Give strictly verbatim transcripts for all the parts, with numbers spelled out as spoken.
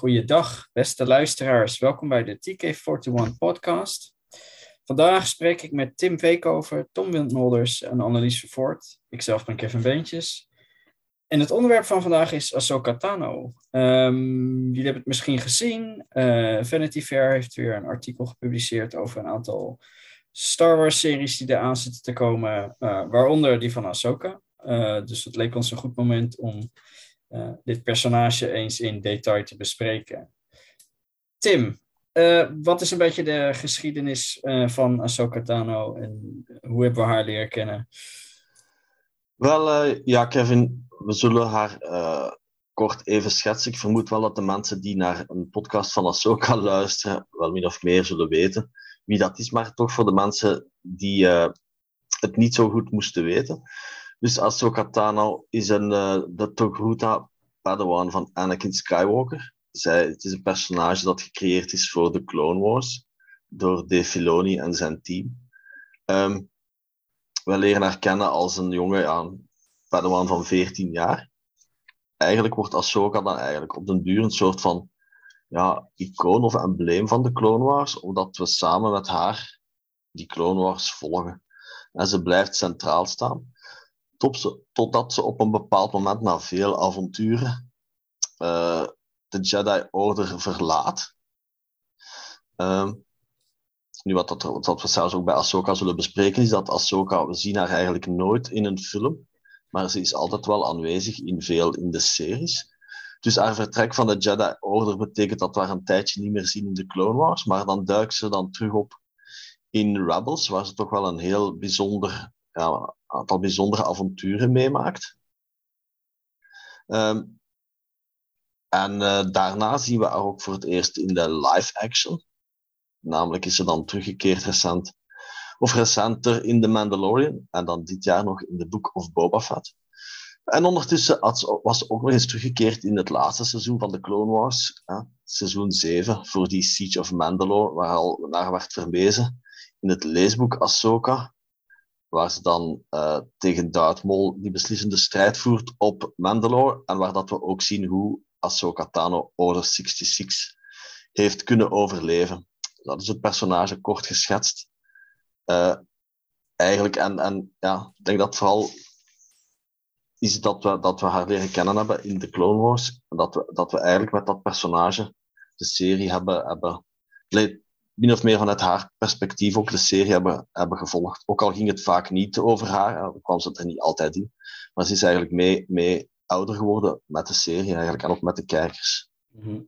Goeiedag, beste luisteraars. Welkom bij de T K eenenveertig podcast. Vandaag spreek ik met Tim Veekover, Tom Wildmolders en Annelies Vervoort. Ikzelf ben Kevin Beentjes. En het onderwerp van vandaag is Ahsoka Tano. Um, jullie hebben het misschien gezien. Uh, Vanity Fair heeft weer een artikel gepubliceerd over een aantal Star Wars series die eraan zitten te komen. Uh, waaronder die van Ahsoka. Uh, dus het leek ons een goed moment om uh, dit personage eens in detail te bespreken. Tim, uh, wat is een beetje de geschiedenis uh, van Ahsoka Tano en hoe hebben we haar leren kennen? Wel, uh, ja Kevin, we zullen haar uh, kort even schetsen. Ik vermoed wel dat de mensen die naar een podcast van Ahsoka luisteren wel min of meer zullen weten wie dat is, maar toch voor de mensen die uh, het niet zo goed moesten weten. Dus Ahsoka Tano is een, uh, de Togruta Padawan van Anakin Skywalker. Zij, het is een personage dat gecreëerd is voor de Clone Wars door Dave Filoni en zijn team. Um, we leren haar kennen als een jonge ja, een Padawan van veertien jaar. Eigenlijk wordt Ahsoka dan eigenlijk op den duur een soort van ja, icoon of embleem van de Clone Wars, omdat we samen met haar die Clone Wars volgen. En ze blijft centraal staan. Tot ze, totdat ze op een bepaald moment, na veel avonturen, uh, de Jedi Order verlaat. Um, nu, wat, dat, wat we zelfs ook bij Ahsoka zullen bespreken, is dat Ahsoka, we zien haar eigenlijk nooit in een film, maar ze is altijd wel aanwezig in veel in de series. Dus haar vertrek van de Jedi Order betekent dat we haar een tijdje niet meer zien in de Clone Wars, maar dan duikt ze dan terug op in Rebels, waar ze toch wel een heel bijzonder ja, aantal bijzondere avonturen meemaakt. Um, en uh, daarna zien we haar ook voor het eerst in de live action. Namelijk is ze dan teruggekeerd recent, of recenter in The Mandalorian, en dan dit jaar nog in The Book of Boba Fett. En ondertussen had, was ze ook nog eens teruggekeerd in het laatste seizoen van de Clone Wars, hè, seizoen zeven, voor die Siege of Mandalore, waar al naar werd verwezen in het leesboek Ahsoka, waar ze dan uh, tegen Darth Maul die beslissende strijd voert op Mandalore, en waar dat we ook zien hoe Ahsoka Tano Order zesenzestig heeft kunnen overleven. Dat is het personage kort geschetst. Uh, eigenlijk, en, en ja, ik denk dat vooral is dat we, dat we haar leren kennen hebben in de Clone Wars, en dat we, dat we eigenlijk met dat personage de serie hebben, hebben min of meer vanuit haar perspectief ook de serie hebben, hebben gevolgd. Ook al ging het vaak niet over haar, dan kwam ze er niet altijd in, maar ze is eigenlijk mee, mee ouder geworden met de serie eigenlijk, en ook met de kijkers. Mm-hmm.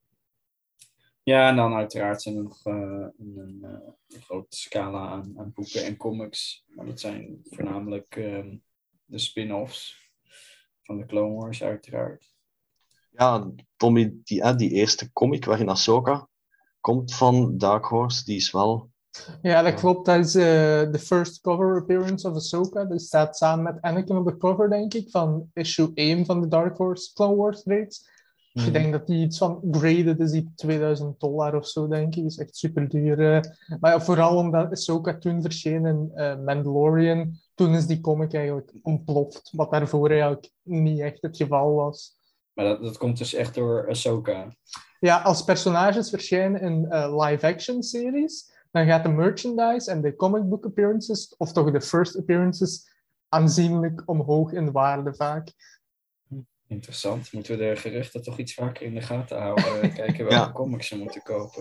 Ja, en dan uiteraard zijn er nog uh, een, een, een grote scala aan, aan boeken en comics. Maar dat zijn voornamelijk uh, de spin-offs van de Clone Wars, uiteraard. Ja, Tommy, die, die eerste comic waarin Ahsoka komt van Dark Horse, die is wel... Ja, dat klopt. Dat is uh, de first cover appearance of Ahsoka. Dat staat samen met Anakin op de cover, denk ik, van issue één van de Dark Horse Clone Wars reeks. Mm. Ik denk dat die iets van graded is, die tweeduizend dollar of zo, denk ik. Dat is echt super duur. Uh. Maar ja, vooral omdat Ahsoka toen verscheen in uh, Mandalorian, toen is die comic eigenlijk ontploft. Wat daarvoor eigenlijk niet echt het geval was. Maar dat, dat komt dus echt door Ahsoka? Ja, als personages verschijnen in uh, live-action series, dan gaat de merchandise en de comic book appearances, of toch de first appearances, aanzienlijk omhoog in waarde vaak. Interessant. Moeten we de geruchten toch iets vaker in de gaten houden? Kijken welke ja. comics ze moeten kopen.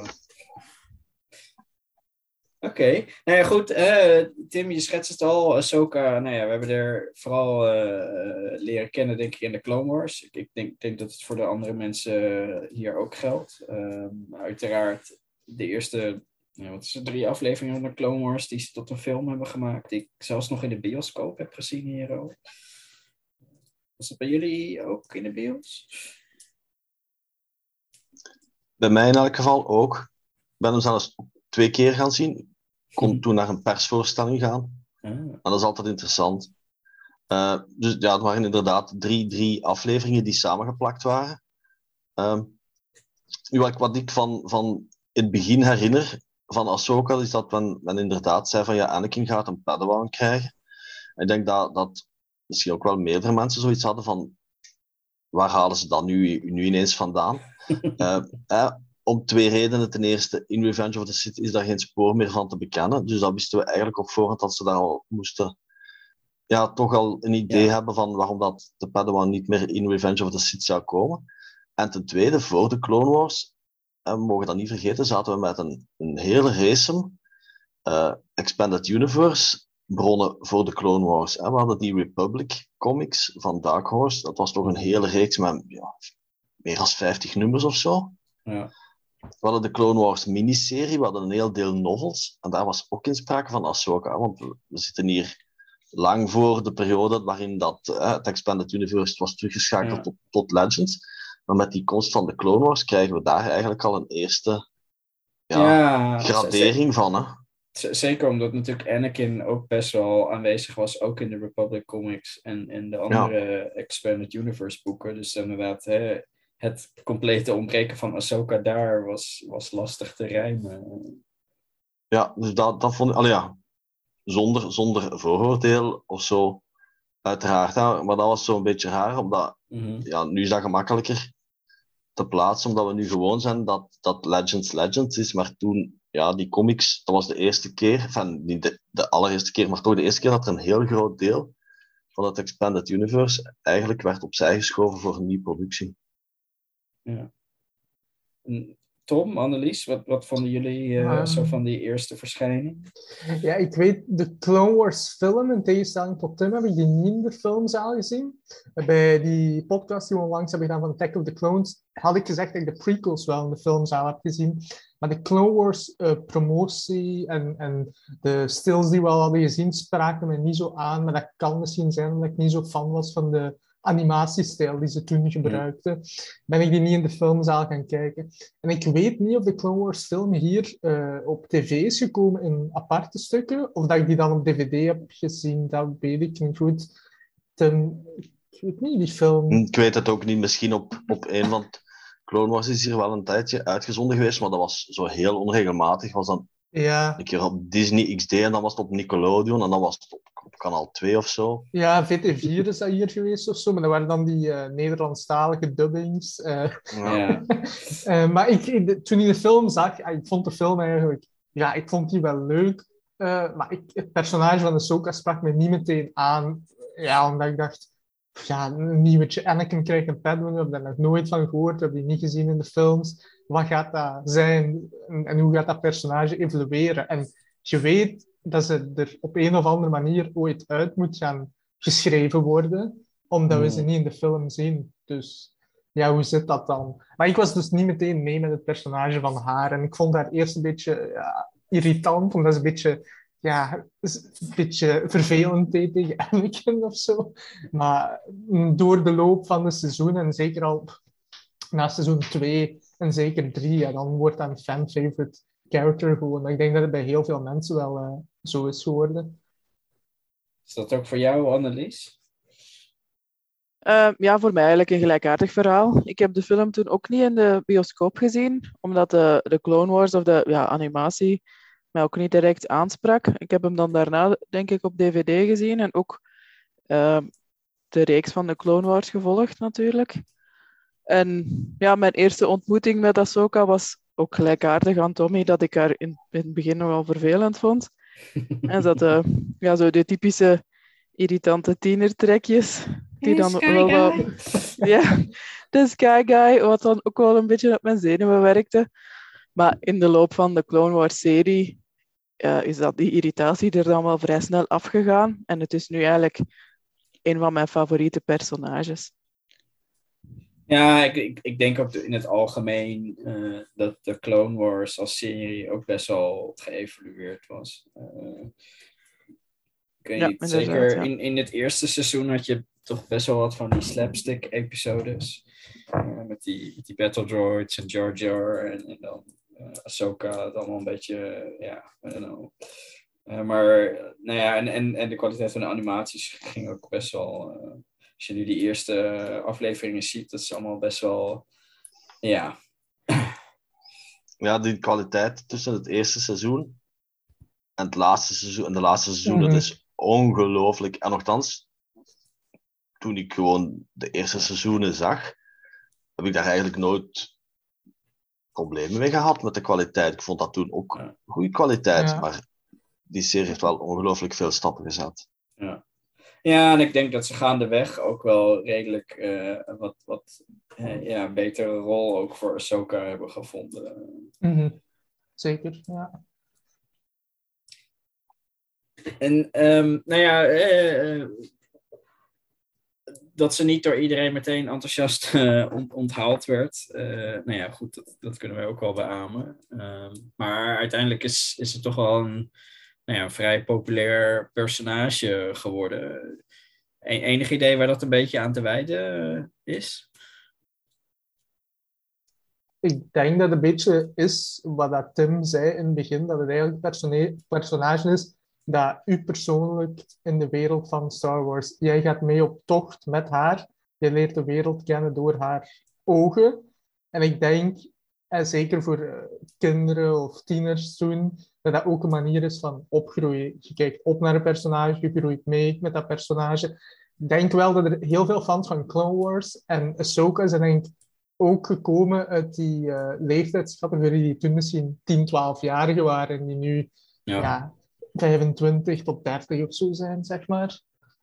Oké. Okay. Nou ja, goed. Uh, Tim, je schetst het al. Ahsoka, nou ja, we hebben er vooral uh, leren kennen, denk ik, in de Clone Wars. Ik, ik denk, denk dat het voor de andere mensen hier ook geldt. Uh, uiteraard de eerste... Ja, wat is het, drie afleveringen van de Clone Wars die ze tot een film hebben gemaakt, die ik zelfs nog in de bioscoop heb gezien hier ook. Was dat bij jullie ook in de bios? Bij mij in elk geval ook. Ik ben hem zelfs twee keer gaan zien. Ik kon hm. toen naar een persvoorstelling gaan. Ah. En dat is altijd interessant. Uh, dus ja, het waren inderdaad drie, drie afleveringen die samengeplakt waren. Uh, wat, wat ik van, van in het begin herinner van Ahsoka is dat men, men inderdaad zei van ja, Anakin gaat een Padawan krijgen. En ik denk dat, dat misschien ook wel meerdere mensen zoiets hadden van waar halen ze dat nu, nu ineens vandaan? uh, uh, om twee redenen. Ten eerste, in Revenge of the Sith is daar geen spoor meer van te bekennen. Dus dat wisten we eigenlijk op voorhand dat ze daar al moesten... Ja, toch al een idee ja. hebben van waarom dat de Padawan niet meer in Revenge of the Sith zou komen. En ten tweede, voor de Clone Wars, uh, we mogen dat niet vergeten, zaten we met een, een hele race uh, Expanded Universe bronnen voor de Clone Wars. Hè. We hadden die Republic comics van Dark Horse. Dat was toch een hele reeks met ja, meer dan vijftig nummers of zo. Ja. We hadden de Clone Wars miniserie, we hadden een heel deel novels. En daar was ook in sprake van Ahsoka. Want we, we zitten hier lang voor de periode waarin dat, uh, het Expanded Universe was teruggeschakeld ja. tot, tot Legends. Maar met die komst van de Clone Wars krijgen we daar eigenlijk al een eerste ja, ja, gradering z- van. Hè? Z- zeker omdat natuurlijk Anakin ook best wel aanwezig was, ook in de Republic comics en, en de andere ja. Expanded Universe boeken. Dus inderdaad, hè, het complete ontbreken van Ahsoka daar was, was lastig te rijmen. Ja, dus dat, dat vond ik... Allee, ja, zonder, zonder vooroordeel of zo, uiteraard. Hè, maar dat was zo'n beetje raar, omdat... Mm-hmm. Ja, nu is dat gemakkelijker te plaatsen, omdat we nu gewoon zijn dat, dat Legends Legends is. Maar toen, ja, die comics, dat was de eerste keer, enfin, niet de, de allereerste keer, maar toch de eerste keer dat er een heel groot deel van het Expanded Universe eigenlijk werd opzij geschoven voor een nieuwe productie. Ja. Tom, Annelies, wat, wat vonden jullie uh, um, zo van die eerste verschijning? Ja, ik weet, de Clone Wars film, in tegenstelling tot Tim, heb ik die niet in de filmzaal gezien. Bij die podcast die we onlangs hebben gedaan van Attack of the Clones, had ik gezegd dat ik de prequels wel in de filmzaal heb gezien. Maar de Clone Wars uh, promotie en, en de stills die we al hadden gezien, spraken me niet zo aan. Maar dat kan misschien zijn omdat ik niet zo fan was van de animatiestijl die ze toen gebruikten, ben ik die niet in de filmzaal gaan kijken. En ik weet niet of de Clone Wars film hier uh, op tv is gekomen in aparte stukken, of dat ik die dan op dvd heb gezien, dat weet ik niet goed. Ten, ik weet niet, die film... Ik weet het ook niet, misschien op, op een, want Clone Wars is hier wel een tijdje uitgezonden geweest, maar dat was zo heel onregelmatig. Was dan ja. een keer op Disney X D en dan was het op Nickelodeon en dan was het op op kanaal twee of zo. Ja, V T vier is dat hier geweest of zo, maar dat waren dan die uh, Nederlandstalige dubbings. Uh, ja. uh, maar ik, de, toen ik de film zag, uh, ik vond de film eigenlijk, ja, ik vond die wel leuk, uh, maar ik, het personage van Ahsoka sprak me niet meteen aan, ja, omdat ik dacht, ja, een nieuwe Anakin krijgt een Padawan, ik heb daar nog nooit van gehoord, ik heb die niet gezien in de films. Wat gaat dat zijn en, en hoe gaat dat personage evolueren? En je weet dat ze er op een of andere manier ooit uit moet gaan geschreven worden, omdat we ze niet in de film zien. Dus ja, hoe zit dat dan? Maar ik was dus niet meteen mee met het personage van haar. En ik vond haar eerst een beetje ja, irritant, omdat ze een beetje, ja, een beetje vervelend deed tegen Anakin of zo. Maar door de loop van de seizoen, en zeker al na seizoen twee en zeker drie, ja, dan wordt dat een fan-favorite character gewoon. Ik denk dat het bij heel veel mensen wel uh, zo is geworden. Is dat ook voor jou, Annelies? Uh, ja, voor mij eigenlijk een gelijkaardig verhaal. Ik heb de film toen ook niet in de bioscoop gezien, omdat de, de Clone Wars of de ja, animatie mij ook niet direct aansprak. Ik heb hem dan daarna, denk ik, op D V D gezien en ook uh, de reeks van de Clone Wars gevolgd natuurlijk. En ja, mijn eerste ontmoeting met Ahsoka was ook gelijkaardig aan Tommy, dat ik haar in, in het begin nogal vervelend vond. En dat uh, ja, zo de typische irritante tienertrekjes, die dan Sky wel wel... Ja, de Sky Guy, wat dan ook wel een beetje op mijn zenuwen werkte. Maar in de loop van de Clone Wars-serie uh, is dat die irritatie er dan wel vrij snel afgegaan. En het is nu eigenlijk een van mijn favoriete personages. Ja, ik, ik, ik denk ook in het algemeen uh, dat de Clone Wars als serie ook best wel geëvolueerd was. Uh, ik weet ja, niet, zeker ja. in, in het eerste seizoen had je toch best wel wat van die slapstick-episodes. Uh, met, die, met die battle droids en Jar Jar en, en dan uh, Ahsoka, het allemaal een beetje, ja, I don't know. Uh, maar, nou ja, en, en, en de kwaliteit van de animaties ging ook best wel... Uh, als je nu die eerste afleveringen ziet, dat is allemaal best wel, ja. Ja, die kwaliteit tussen het eerste seizoen en het laatste seizoen en de laatste seizoen, Mm-hmm. dat is ongelooflijk. En nogthans, toen ik gewoon de eerste seizoenen zag, heb ik daar eigenlijk nooit problemen mee gehad met de kwaliteit. Ik vond dat toen ook Ja. goede kwaliteit, Ja. maar die serie heeft wel ongelooflijk veel stappen gezet. Ja. Ja, en ik denk dat ze gaandeweg ook wel redelijk eh, wat, wat eh, ja, betere rol ook voor Ahsoka hebben gevonden. Mhm. Zeker, ja. En um, nou ja, eh, eh, dat ze niet door iedereen meteen enthousiast uh, ont- onthaald werd. Uh, nou ja, goed, dat, dat kunnen wij ook wel beamen. Um, maar uiteindelijk is, is het toch wel een, nou ja, een vrij populair personage geworden. E- enig idee waar dat een beetje aan te wijden uh, is? Ik denk dat het een beetje is wat dat Tim zei in het begin, dat het eigenlijk een persone- personage is dat u persoonlijk in de wereld van Star Wars, jij gaat mee op tocht met haar, je leert de wereld kennen door haar ogen. En ik denk, en zeker voor uh, kinderen of tieners toen, dat dat ook een manier is van opgroeien. Je kijkt op naar een personage, je groeit mee met dat personage. Ik denk wel dat er heel veel fans van Clone Wars en Ahsoka zijn denk ik ook gekomen uit die uh, leeftijdscategorie die toen misschien tien, twaalf-jarigen waren en die nu Ja. ja, vijfentwintig tot dertig of zo zijn, zeg maar.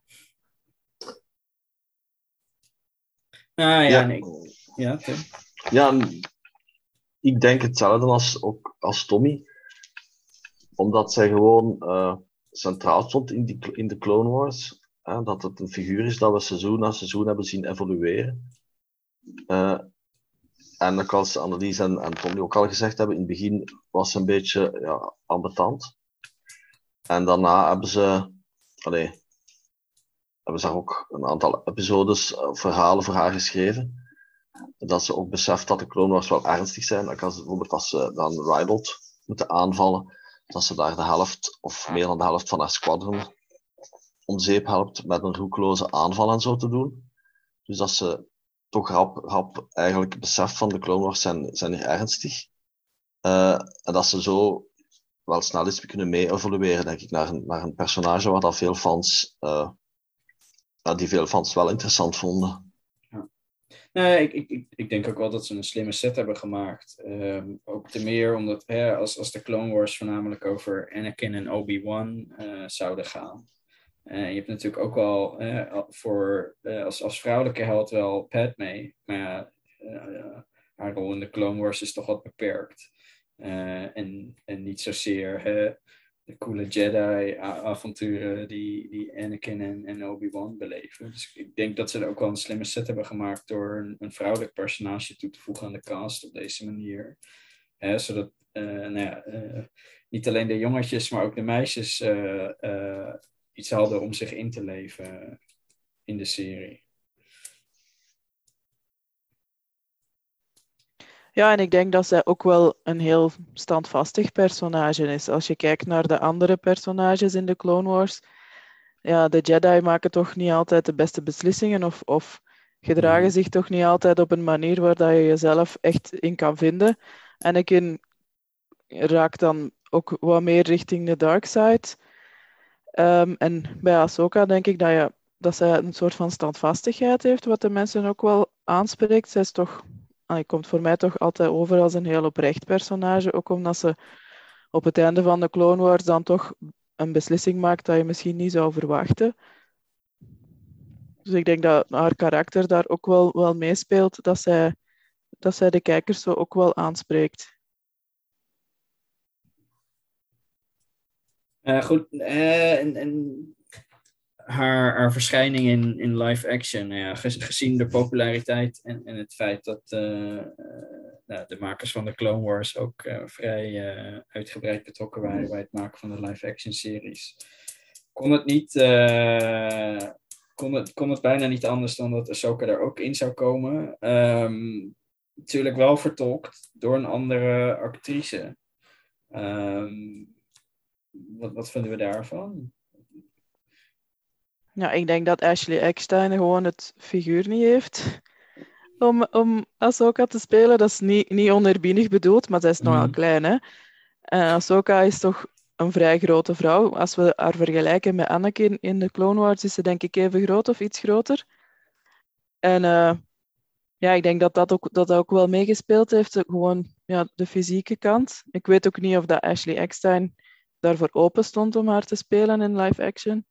Ah, ja, Ja. nee. Ja, Tim. Ja, ik denk hetzelfde als, ook als Tommy. Omdat zij gewoon uh, centraal stond in, die, in de Clone Wars. Hè, dat het een figuur is dat we seizoen na seizoen hebben zien evolueren. Uh, en ook als Annelies en, en Tommy ook al gezegd hebben, in het begin was ze een beetje ja, ambetant. En daarna hebben ze, allee, hebben ze daar ook een aantal episodes, uh, verhalen voor haar geschreven. Dat ze ook beseft dat de Clone Wars wel ernstig zijn. Ook als, bijvoorbeeld als ze dan Rydot moeten aanvallen, dat ze daar de helft of meer dan de helft van haar squadron om zeep helpt met een roekeloze aanval en zo te doen. Dus dat ze toch rap, rap eigenlijk beseft van de Clone Wars zijn, zijn hier ernstig. Uh, en dat ze zo wel snel eens kunnen mee evolueren, denk ik, naar een, naar een personage waar dat veel fans, uh, uh, die veel fans wel interessant vonden. Ja. Nee, ik, ik, ik, ik denk ook wel dat ze een slimme set hebben gemaakt. Um, ook te meer omdat hè, als, als de Clone Wars voornamelijk over Anakin en Obi-Wan uh, zouden gaan. Uh, je hebt natuurlijk ook wel uh, voor, uh, als, als vrouwelijke held wel Padme, maar ja, uh, haar rol in de Clone Wars is toch wat beperkt. Uh, en, en niet zozeer hè, de coole Jedi-avonturen die, die Anakin en, en Obi-Wan beleven. Dus ik denk dat ze er ook wel een slimme set hebben gemaakt door een, een vrouwelijk personage toe te voegen aan de cast op deze manier. Hè, zodat uh, nou ja, uh, niet alleen de jongetjes, maar ook de meisjes uh, uh, iets hadden om zich in te leven in de serie. Ja, en ik denk dat zij ook wel een heel standvastig personage is. Als je kijkt naar de andere personages in de Clone Wars, ja, de Jedi maken toch niet altijd de beste beslissingen of, of gedragen zich toch niet altijd op een manier waar dat je jezelf echt in kan vinden. Anakin raakt dan ook wat meer richting de dark side. Um, en bij Ahsoka denk ik dat, je, dat zij een soort van standvastigheid heeft, wat de mensen ook wel aanspreekt. Zij is toch, allee, komt voor mij toch altijd over als een heel oprecht personage, ook omdat ze op het einde van de Clone Wars dan toch een beslissing maakt dat je misschien niet zou verwachten. Dus ik denk dat haar karakter daar ook wel, wel meespeelt, dat zij, dat zij de kijkers zo ook wel aanspreekt. Uh, goed, uh, en, en haar, haar verschijning in, in live action, ja, gezien de populariteit en, en het feit dat uh, uh, nou, de makers van de Clone Wars ook uh, vrij uh, uitgebreid betrokken waren bij het maken van de live action series, kon het niet, uh, kon het, kon het bijna niet anders dan dat Ahsoka er ook in zou komen. Um, natuurlijk wel vertolkt door een andere actrice. Um, Wat, wat vinden we daarvan? Ja, ik denk dat Ashley Eckstein gewoon het figuur niet heeft om, om Ahsoka te spelen. Dat is niet, niet oneerbiedig bedoeld, maar zij is mm. nogal klein. Hè? En Ahsoka is toch een vrij grote vrouw. Als we haar vergelijken met Anakin in de Clone Wars, is ze denk ik even groot of iets groter. En uh, ja, ik denk dat dat ook, dat dat ook wel meegespeeld heeft. Gewoon ja, de fysieke kant. Ik weet ook niet of dat Ashley Eckstein daarvoor open stond om haar te spelen in live action.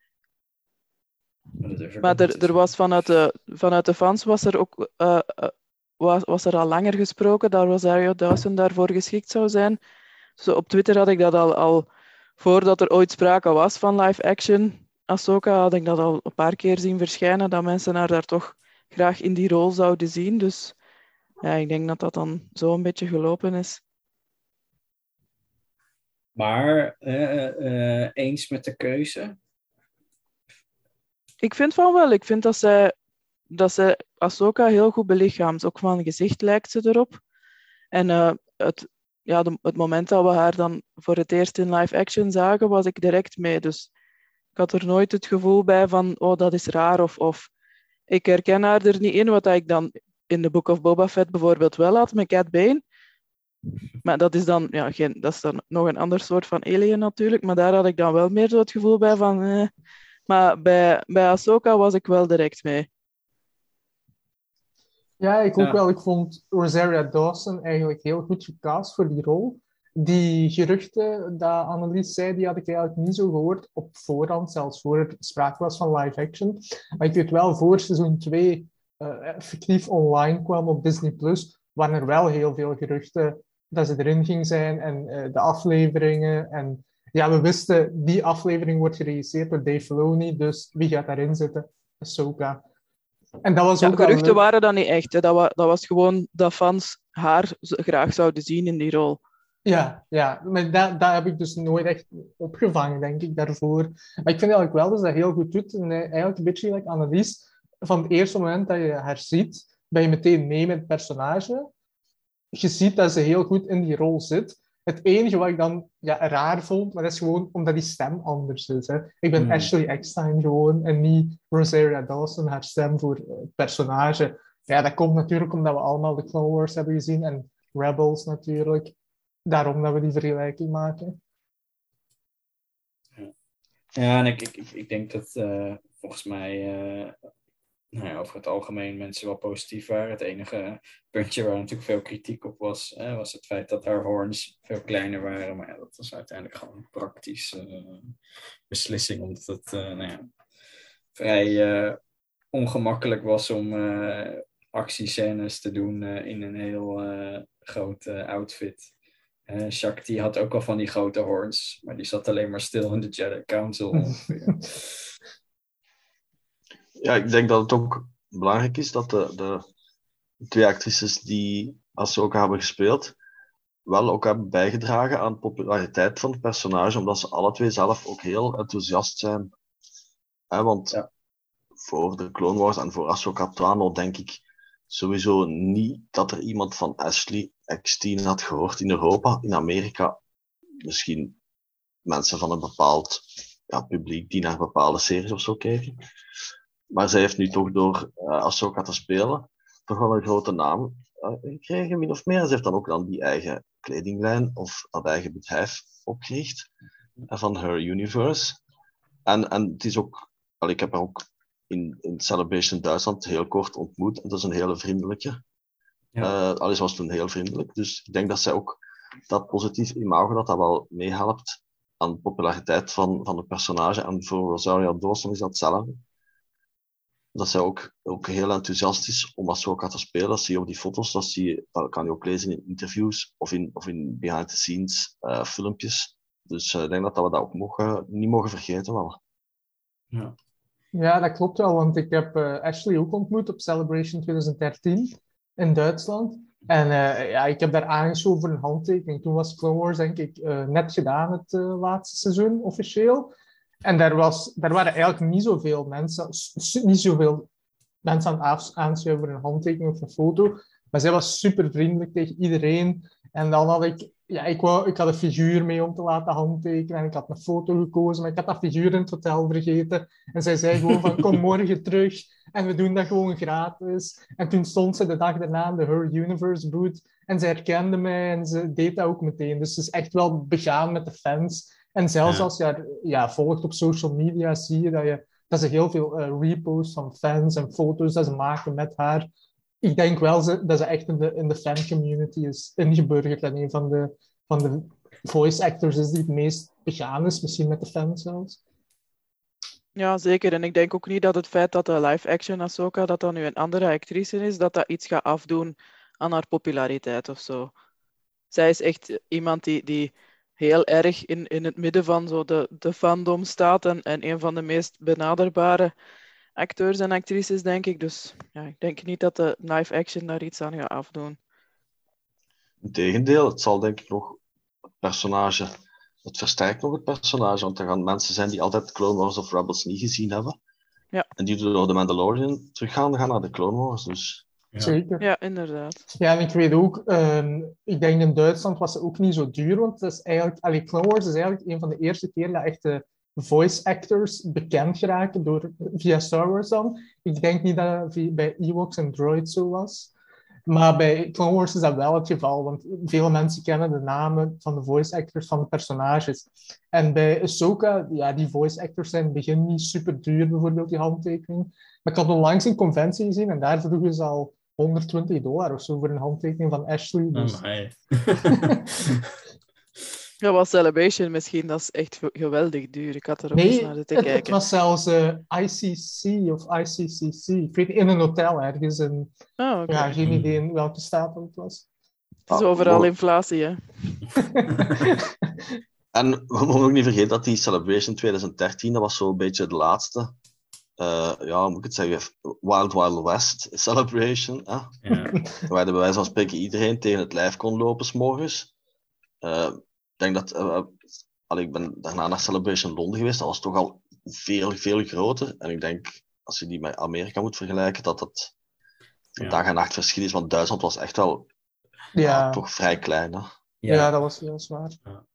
Maar er, er was vanuit de, vanuit de fans was er ook uh, uh, was, was er al langer gesproken dat Rosario Dawson daarvoor geschikt zou zijn. Dus op Twitter had ik dat al, al voordat er ooit sprake was van live action Ahsoka, had ik dat al een paar keer zien verschijnen, dat mensen haar daar toch graag in die rol zouden zien. Dus ja, ik denk dat dat dan zo een beetje gelopen is. Maar uh, uh, eens met de keuze? Ik vind van wel. Ik vind dat zij, dat zij Ahsoka heel goed belichaamt. Ook van gezicht lijkt ze erop. En uh, het, ja, de, het moment dat we haar dan voor het eerst in live action zagen, was ik direct mee. Dus ik had er nooit het gevoel bij van, oh, dat is raar. Of, of ik herken haar er niet in, wat ik dan in The Book of Boba Fett bijvoorbeeld wel had met Cad Bane. Maar dat is dan, ja, geen, dat is dan nog een ander soort van alien natuurlijk. Maar daar had ik dan wel meer zo het gevoel bij van... Eh. Maar bij, bij Ahsoka was ik wel direct mee. Ja, ik ook Ja. wel. Ik vond Rosario Dawson eigenlijk heel goed gecast voor die rol. Die geruchten dat Annelies zei, die had ik eigenlijk niet zo gehoord op voorhand, zelfs voor er sprake was van live action. Maar ik weet wel, voor seizoen twee uh, effectief online kwam op Disney Plus, waren er wel heel veel geruchten dat ze erin ging zijn en uh, de afleveringen. En ja, we wisten, die aflevering wordt geregisseerd door Dave Filoni, dus wie gaat daarin zitten? Ahsoka. En dat was Ja, ook geruchten al... waren dan niet echt. Hè. Dat, wa- dat was gewoon dat fans haar z- graag zouden zien in die rol. Ja, ja, maar dat, dat heb ik dus nooit echt opgevangen, denk ik, daarvoor. Maar ik vind eigenlijk wel dat ze dat heel goed doet. En eigenlijk een beetje like Annelies. Van het eerste moment dat je haar ziet, ben je meteen mee met het personage. Je ziet dat ze heel goed in die rol zit. Het enige wat ik dan ja, raar vond, maar dat is gewoon omdat die stem anders is. Hè. Ik ben Hmm. Ashley Eckstein gewoon en niet Rosario Dawson, haar stem voor het personage. Ja, dat komt natuurlijk omdat we allemaal de Clone Wars hebben gezien en Rebels natuurlijk. Daarom dat we die vergelijking maken. Ja, en ik, ik, ik, ik denk dat uh, volgens mij uh, nou ja, over het algemeen mensen wel positief waren. Het enige puntje waar natuurlijk veel kritiek op was, uh, was het feit dat haar horns veel kleiner waren. Maar ja, dat was uiteindelijk gewoon een praktische uh, beslissing, omdat het uh, nou ja, vrij uh, ongemakkelijk was om uh, actiescènes te doen uh, in een heel uh, grote outfit. Uh, Shakti had ook al van die grote horns, maar die zat alleen maar stil in de Jedi Council ongeveer. Ja, ik denk dat het ook belangrijk is dat de, de twee actrices die Ahsoka hebben gespeeld, wel ook hebben bijgedragen aan de populariteit van het personage, omdat ze alle twee zelf ook heel enthousiast zijn. Hè, want ja. Voor de Clone Wars en voor Ahsoka Tano denk ik sowieso niet dat er iemand van Ashley Eckstein had gehoord in Europa. In Amerika misschien mensen van een bepaald ja, publiek die naar bepaalde series of zo kijken. Maar zij heeft nu toch door uh, Ahsoka te spelen toch wel een grote naam uh, gekregen, min of meer. En ze heeft dan ook dan die eigen kledinglijn of dat eigen bedrijf opgericht uh, van Her Universe. En, en het is ook, well, ik heb haar ook in, in Celebration Duitsland heel kort ontmoet en dat is een hele vriendelijke. Ja. Uh, alles was toen heel vriendelijk, dus ik denk dat zij ook dat positief imago dat dat wel meehelpt aan de populariteit van, van het personage. En voor Rosario Dawson is dat hetzelfde. Dat zij ook, ook heel enthousiast is om Ahsoka te spelen. Dat zie je op die foto's, dat, zie je, dat kan je ook lezen in interviews of in, of in behind-the-scenes uh, filmpjes. Dus uh, ik denk dat, dat we dat ook mogen, niet mogen vergeten wel. Ja. Ja, dat klopt wel, want ik heb uh, Ashley ook ontmoet op Celebration twintig dertien in Duitsland. En uh, ja, ik heb daar aangeschoven voor een handtekening. Toen was Clone Wars denk ik uh, net gedaan, het uh, laatste seizoen officieel. En daar, was, daar waren eigenlijk niet zoveel mensen, niet zoveel mensen aan het aanschuiven voor een handtekening of een foto. Maar zij was super vriendelijk tegen iedereen. En dan had ik, ja, ik, wou, ik had een figuur mee om te laten handtekenen. En ik had een foto gekozen, maar ik had dat figuur in het hotel vergeten. En zij zei gewoon van, kom morgen terug. En we doen dat gewoon gratis. En toen stond ze de dag daarna in de Her Universe booth. En ze herkende mij en ze deed dat ook meteen. Dus ze is echt wel begaan met de fans. En zelfs ja. als je haar ja, volgt op social media, zie je dat, je dat ze heel veel uh, reposts van fans en foto's dat ze maken met haar. Ik denk wel ze, dat ze echt in de, in de fan-community is ingeburgerd. En een van de, van de voice actors is die het meest begaan is, misschien met de fans zelfs. Ja, zeker. En ik denk ook niet dat het feit dat de live-action Ahsoka, dat dat nu een andere actrice is, dat dat iets gaat afdoen aan haar populariteit of zo. Zij is echt iemand die, die heel erg in, in het midden van zo de, de fandom staat en, en een van de meest benaderbare acteurs en actrices, denk ik. Dus ja, ik denk niet dat de live-action daar iets aan gaat afdoen. Integendeel, het zal denk ik nog het personage... Het versterkt nog het personage, want er gaan mensen zijn die altijd Clone Wars of Rebels niet gezien hebben. Ja. En die door de Mandalorian teruggaan gaan naar de Clone Wars. Dus... Ja. Zeker. Ja, inderdaad. Ja, en ik weet ook, um, ik denk in Duitsland was het ook niet zo duur, want het is eigenlijk, allee, Clone Wars is eigenlijk een van de eerste keer dat echt de voice actors bekend geraken door, via Star Wars dan. Ik denk niet dat dat bij Ewoks en Droids zo was. Maar bij Clone Wars is dat wel het geval, want veel mensen kennen de namen van de voice actors van de personages. En bij Ahsoka, ja, die voice actors zijn in het begin niet super duur, bijvoorbeeld die handtekening. Maar ik had onlangs een conventie gezien en daar vroegen ze al honderdtwintig dollar of zo voor een handtekening van Ashley. Dus... Oh, nee. Ja, was Celebration misschien, dat is echt geweldig duur. Ik had er ook nee, eens naar zitten het, kijken. het was zelfs uh, I C C of I C C C. Ik weet niet, in een hotel ergens. En, oh, okay. Ja, geen idee in welke staat het was. Het is overal ah, inflatie, hè. En we mogen ook niet vergeten dat die Celebration twintig dertien, dat was zo'n beetje de laatste... Uh, ja, hoe moet ik het zeggen? Wild Wild West Celebration. Hè? Ja. Waar de bij wijze van spreken iedereen tegen het lijf kon lopen 's morgens. Uh, ik denk dat... Uh, allee, ik ben daarna naar Celebration Londen geweest. Dat was toch al veel, veel groter. En ik denk, als je die met Amerika moet vergelijken, dat dat een ja. dag en nacht verschil is. Want Duitsland was echt wel ja. Ja, toch vrij klein. Hè? Ja. ja, dat was heel zwaar. Ja.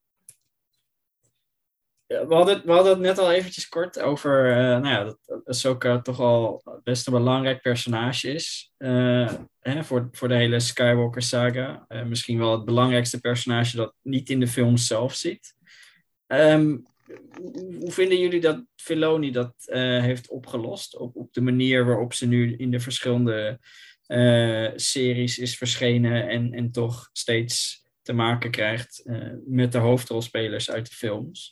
Ja, we, hadden, we hadden het net al eventjes kort over uh, nou ja, dat Ahsoka toch al best een belangrijk personage is uh, hè, voor, voor de hele Skywalker saga. Uh, misschien wel het belangrijkste personage dat niet in de film zelf zit. Um, hoe vinden jullie dat Filoni dat uh, heeft opgelost? Op, op de manier waarop ze nu in de verschillende uh, series is verschenen en, en toch steeds te maken krijgt uh, met de hoofdrolspelers uit de films?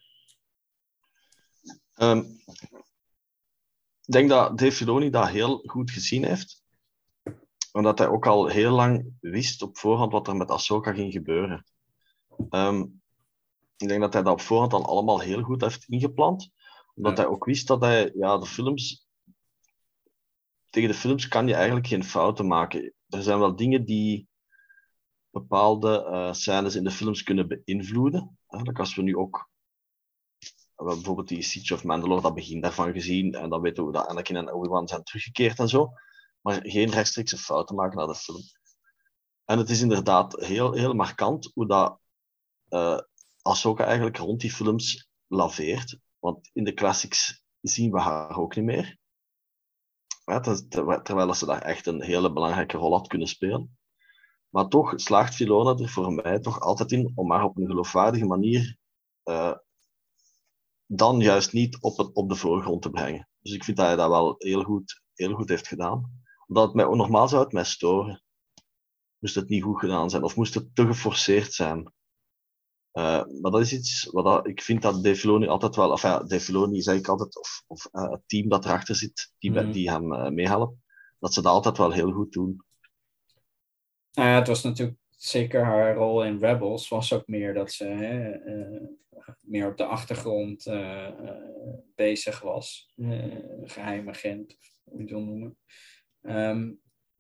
Um, ik denk dat Dave Filoni dat heel goed gezien heeft. Omdat hij ook al heel lang wist op voorhand wat er met Ahsoka ging gebeuren. Um, ik denk dat hij dat op voorhand al allemaal heel goed heeft ingepland. Omdat ja. hij ook wist dat hij... Ja, de films... Tegen de films kan je eigenlijk geen fouten maken. Er zijn wel dingen die bepaalde uh, scènes in de films kunnen beïnvloeden. Eigenlijk als we nu ook... We hebben bijvoorbeeld die Siege of Mandalore, dat begin daarvan gezien. En dan weten we dat Anakin en Obi-Wan zijn teruggekeerd en zo. Maar geen rechtstreekse fouten maken naar de film. En het is inderdaad heel, heel markant hoe dat uh, Ahsoka eigenlijk rond die films laveert. Want in de classics zien we haar ook niet meer. Ja, terwijl ze daar echt een hele belangrijke rol had kunnen spelen. Maar toch slaagt Filoni er voor mij toch altijd in om haar op een geloofwaardige manier... Uh, dan juist niet op, het, op de voorgrond te brengen. Dus ik vind dat hij dat wel heel goed, heel goed heeft gedaan. Omdat het mij, normaal zou het mij storen. Moest het niet goed gedaan zijn, of moest het te geforceerd zijn. Uh, maar dat is iets wat dat, ik vind dat Dave Filoni altijd wel... Of ja, Dave Filoni zeg ik altijd, of, of uh, het team dat erachter zit, die, mm. die hem uh, meehelpt, dat ze dat altijd wel heel goed doen. Nou ja, het was natuurlijk zeker haar rol in Rebels, was ook meer dat ze... Hè, uh, meer op de achtergrond uh, uh, bezig was. Uh, geheim agent, hoe je het wil noemen. Um,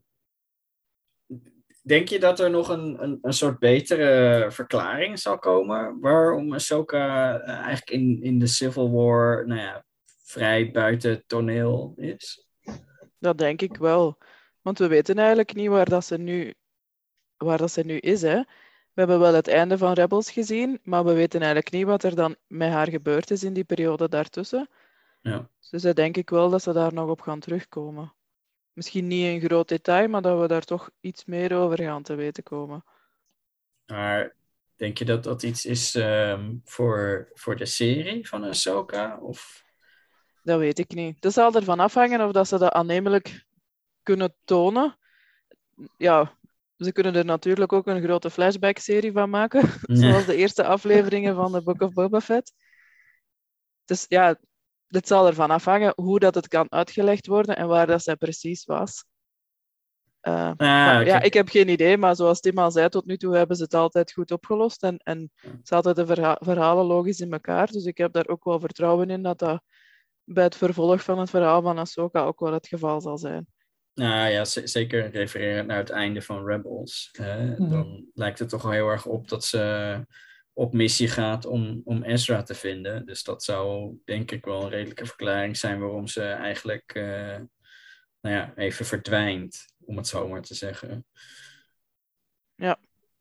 denk je dat er nog een, een, een soort betere verklaring zal komen waarom Ahsoka uh, eigenlijk in, in de Civil War nou ja, vrij buiten toneel is? Dat denk ik wel. Want we weten eigenlijk niet waar dat ze nu, waar dat ze nu is, hè. We hebben wel het einde van Rebels gezien, maar we weten eigenlijk niet wat er dan met haar gebeurd is in die periode daartussen. Ja. Dus dat denk ik wel dat ze daar nog op gaan terugkomen. Misschien niet in groot detail, maar dat we daar toch iets meer over gaan te weten komen. Maar denk je dat dat iets is um, voor, voor de serie van Ahsoka? Of Dat weet ik niet. Het zal ervan afhangen of dat ze dat aannemelijk kunnen tonen. Ja, ze kunnen er natuurlijk ook een grote flashback-serie van maken. Ja. Zoals de eerste afleveringen van The Book of Boba Fett. Dus ja, het zal ervan afhangen hoe dat het kan uitgelegd worden en waar dat zij precies was. Uh, Ah, maar, oké. ja, ik heb geen idee, maar zoals Tim al zei, tot nu toe hebben ze het altijd goed opgelost. En, en zaten de verha- verhalen logisch in elkaar. Dus ik heb daar ook wel vertrouwen in dat dat bij het vervolg van het verhaal van Ahsoka ook wel het geval zal zijn. Nou ja, z- zeker refererend naar het einde van Rebels. Hè? Mhm. Dan lijkt het toch wel heel erg op dat ze op missie gaat om, om Ezra te vinden. Dus dat zou denk ik wel een redelijke verklaring zijn waarom ze eigenlijk uh, nou ja, even verdwijnt, om het zo maar te zeggen. Ja.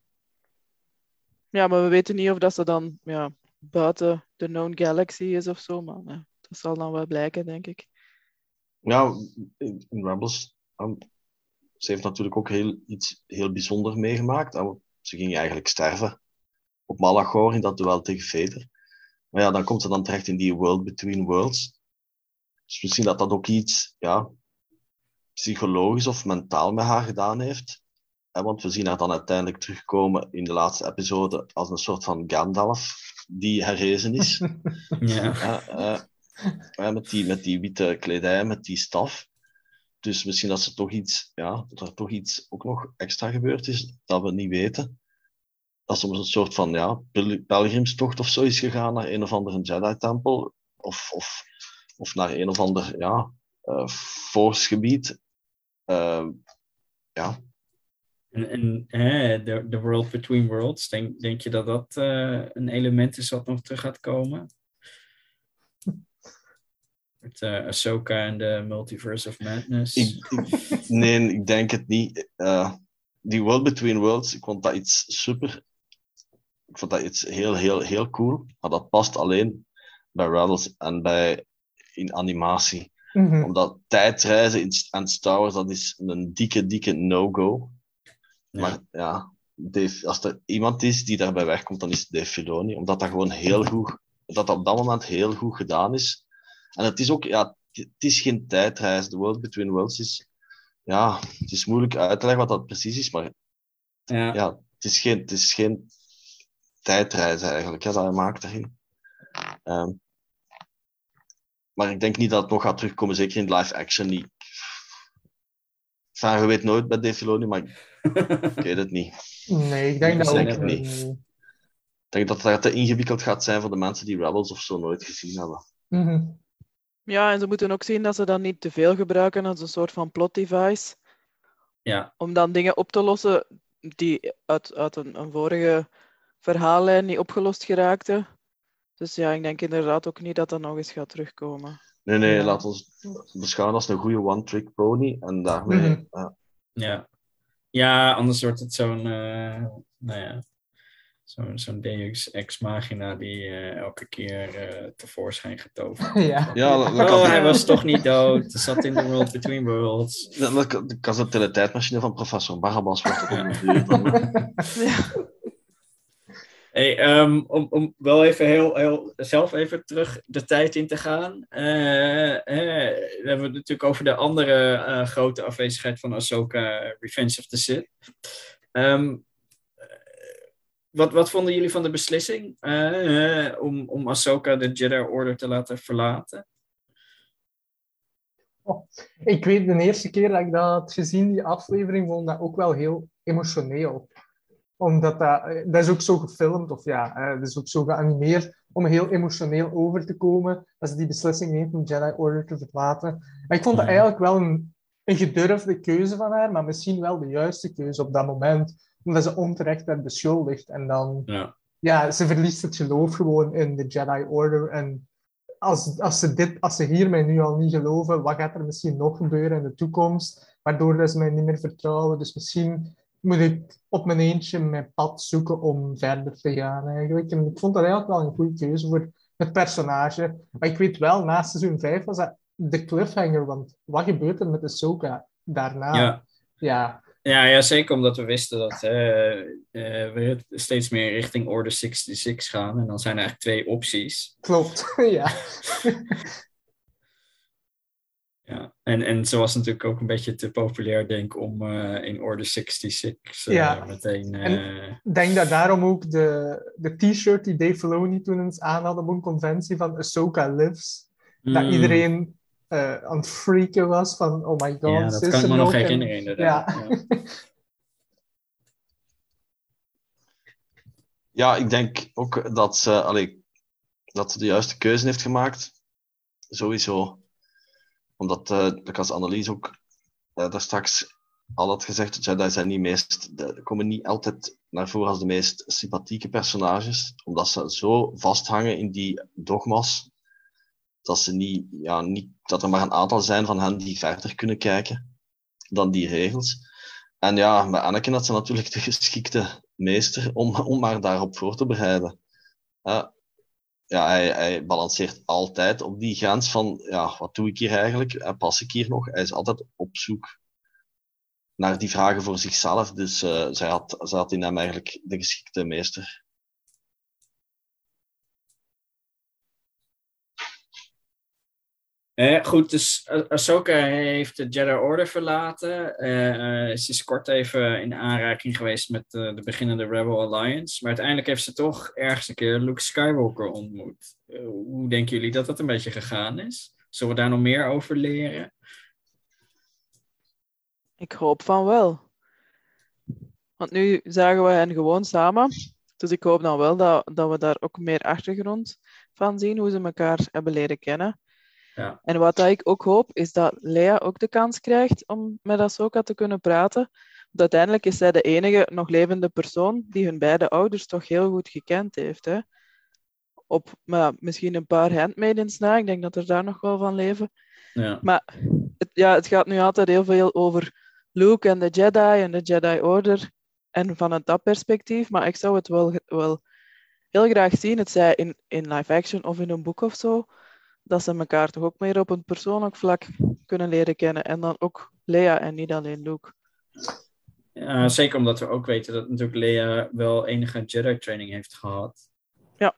Ja, maar we weten niet of dat ze dan ja, buiten de known galaxy is of zo. Maar ja, dat zal dan wel blijken, denk ik. Ja, in, in Rebels, um, ze heeft natuurlijk ook heel, iets heel bijzonders meegemaakt. Um, ze ging eigenlijk sterven op Malachor in dat duel tegen Vader. Maar ja, dan komt ze dan terecht in die World Between Worlds. Dus misschien dat dat ook iets ja, psychologisch of mentaal met haar gedaan heeft. Eh, want we zien haar dan uiteindelijk terugkomen in de laatste episode als een soort van Gandalf die herrezen is. Ja. Uh, uh, uh, met, die, met die witte kledij, met die staf. Dus misschien dat, ze toch iets, ja, dat er toch iets ook nog extra gebeurd is, dat we niet weten. Dat soms een soort van ja, pel- pelgrimstocht of zo is gegaan naar een of andere Jedi-tempel. Of, of, of naar een of ander ja, uh, Force-gebied. Uh, ja. En, en hè, de, de World Between Worlds, denk, denk je dat dat uh, een element is wat nog terug gaat komen? Met uh, Ahsoka en de Multiverse of Madness? Ik, ik, nee, ik denk het niet. Uh, die World Between Worlds, ik vond dat iets super. Ik vond dat iets heel, heel, heel cool. Maar dat past alleen bij Rebels en bij in animatie. Mhm. Omdat tijdreizen in, aan Star Wars, dat is een dikke, dikke no-go. Ja. Maar ja, Dave, als er iemand is die daarbij wegkomt, dan is het Dave Filoni. Omdat dat gewoon heel goed, dat dat op dat moment heel goed gedaan is. En het is ook, ja, het is geen tijdreis. The World Between Worlds is, ja, het is moeilijk uit te leggen wat dat precies is, maar Ja. ja, het is geen, het is geen tijdreis eigenlijk, hè, dat hij maakt daarin. Um, maar ik denk niet dat het nog gaat terugkomen, zeker in live action niet. Enfin, je weet nooit bij Dave Filoni, maar ik weet het niet. Nee, ik denk Ik dat denk ook het niet. niet. Ik denk dat dat te ingewikkeld gaat zijn voor de mensen die Rebels of zo nooit gezien hebben. Mhm. Ja, en ze moeten ook zien dat ze dat niet te veel gebruiken als een soort van plot device. Ja. Om dan dingen op te lossen die uit, uit een, een vorige verhaallijn niet opgelost geraakten. Dus ja, ik denk inderdaad ook niet dat dat nog eens gaat terugkomen. Nee, nee, Ja. laat ons beschouwen als een goede one-trick pony. En daarmee... Mhm. Uh, Ja. Ja, anders wordt het zo'n, uh, nou ja, zo'n, zo'n Deus Ex Machina die uh, elke keer uh, tevoorschijn getoverd wordt. Ja. ja, dat, dat Oh, kan, hij was toch niet dood. Hij zat in de World Between Worlds. dat, dat, dat kan de teletijdmachine van professor Barabbas wordt op een duur dan. Ja. Hey, um, om, om wel even heel, heel zelf even terug de tijd in te gaan. Uh, uh, we hebben het natuurlijk over de andere uh, grote afwezigheid van Ahsoka, Revenge of the Sith. Um, wat, wat vonden jullie van de beslissing uh, uh, om, om Ahsoka de Jedi Order te laten verlaten? Oh, ik weet de eerste keer dat ik dat had gezien, die aflevering, vond ik dat ook wel heel emotioneel. Omdat dat, dat is ook zo gefilmd, of ja, uh, dat is ook zo geanimeerd om heel emotioneel over te komen als ze die beslissing neemt om Jedi Order te verlaten. Maar ik vond dat eigenlijk wel een, een gedurfde keuze van haar, maar misschien wel de juiste keuze op dat moment, omdat ze onterecht werd beschuldigd. En dan, Ja, ja, ze verliest het geloof gewoon in de Jedi Order. En als, als, ze dit, als ze hiermee nu al niet geloven, wat gaat er misschien nog gebeuren in de toekomst, waardoor dat ze mij niet meer vertrouwen. Dus misschien moet ik op mijn eentje mijn pad zoeken om verder te gaan eigenlijk. En ik vond dat eigenlijk wel een goede keuze voor het personage. Maar ik weet wel, na seizoen vijf was dat de cliffhanger, want wat gebeurt er met Ahsoka daarna? ja. Ja. Ja, ja, zeker omdat we wisten dat uh, uh, we steeds meer richting Order zesenzestig gaan. En dan zijn er eigenlijk twee opties. Klopt, ja. En, en ze was natuurlijk ook een beetje te populair, denk ik, om uh, in Order zesenzestig uh, Ja. meteen... Uh... En ik denk dat daarom ook de, de t-shirt die Dave Filoni toen eens aan had op een conventie van Ahsoka Lives, mm. dat iedereen uh, aan het freaken was van, oh my god, ja, dat kan ik me nog herinneren, inderdaad. Ja. Ja. Ja, ik denk ook dat ze, allee, dat ze de juiste keuze heeft gemaakt. Sowieso. Omdat, uh, ik als Annelies ook uh, daar straks al had gezegd, Jedi zijn niet meest, de, komen niet altijd naar voren als de meest sympathieke personages. Omdat ze zo vasthangen in die dogma's, dat, ze niet, ja, niet, dat er maar een aantal zijn van hen die verder kunnen kijken dan die regels. En ja, bij Anakin had ze natuurlijk de geschikte meester om, om maar daarop voor te bereiden. Uh, ja, hij, hij balanceert altijd op die grens van, ja, wat doe ik hier eigenlijk? Uh, pas ik hier nog? Hij is altijd op zoek naar die vragen voor zichzelf. Dus uh, zij, had, zij had in hem eigenlijk de geschikte meester. Eh, goed, dus Ahsoka heeft de Jedi Order verlaten. Uh, uh, ze is kort even in aanraking geweest met uh, de beginnende Rebel Alliance. Maar uiteindelijk heeft ze toch ergens een keer Luke Skywalker ontmoet. Uh, hoe denken jullie dat dat een beetje gegaan is? Zullen we daar nog meer over leren? Ik hoop van wel. Want nu zagen we hen gewoon samen. Dus ik hoop dan wel dat, dat we daar ook meer achtergrond van zien. Hoe ze elkaar hebben leren kennen. Ja. En wat ik ook hoop, is dat Leia ook de kans krijgt om met Ahsoka te kunnen praten. Want uiteindelijk is zij de enige nog levende persoon die hun beide ouders toch heel goed gekend heeft. Hè? Op maar misschien een paar handmaidens na, ik denk dat er daar nog wel van leven. Ja. Maar het, ja, het gaat nu altijd heel veel over Luke en de Jedi en de Jedi Order. En vanuit dat perspectief, maar ik zou het wel, wel heel graag zien, het zij in, in live action of in een boek of zo, dat ze elkaar toch ook meer op een persoonlijk vlak kunnen leren kennen. En dan ook Leia en niet alleen Luke. Ja, zeker omdat we ook weten dat natuurlijk Leia wel enige Jedi-training heeft gehad. Ja.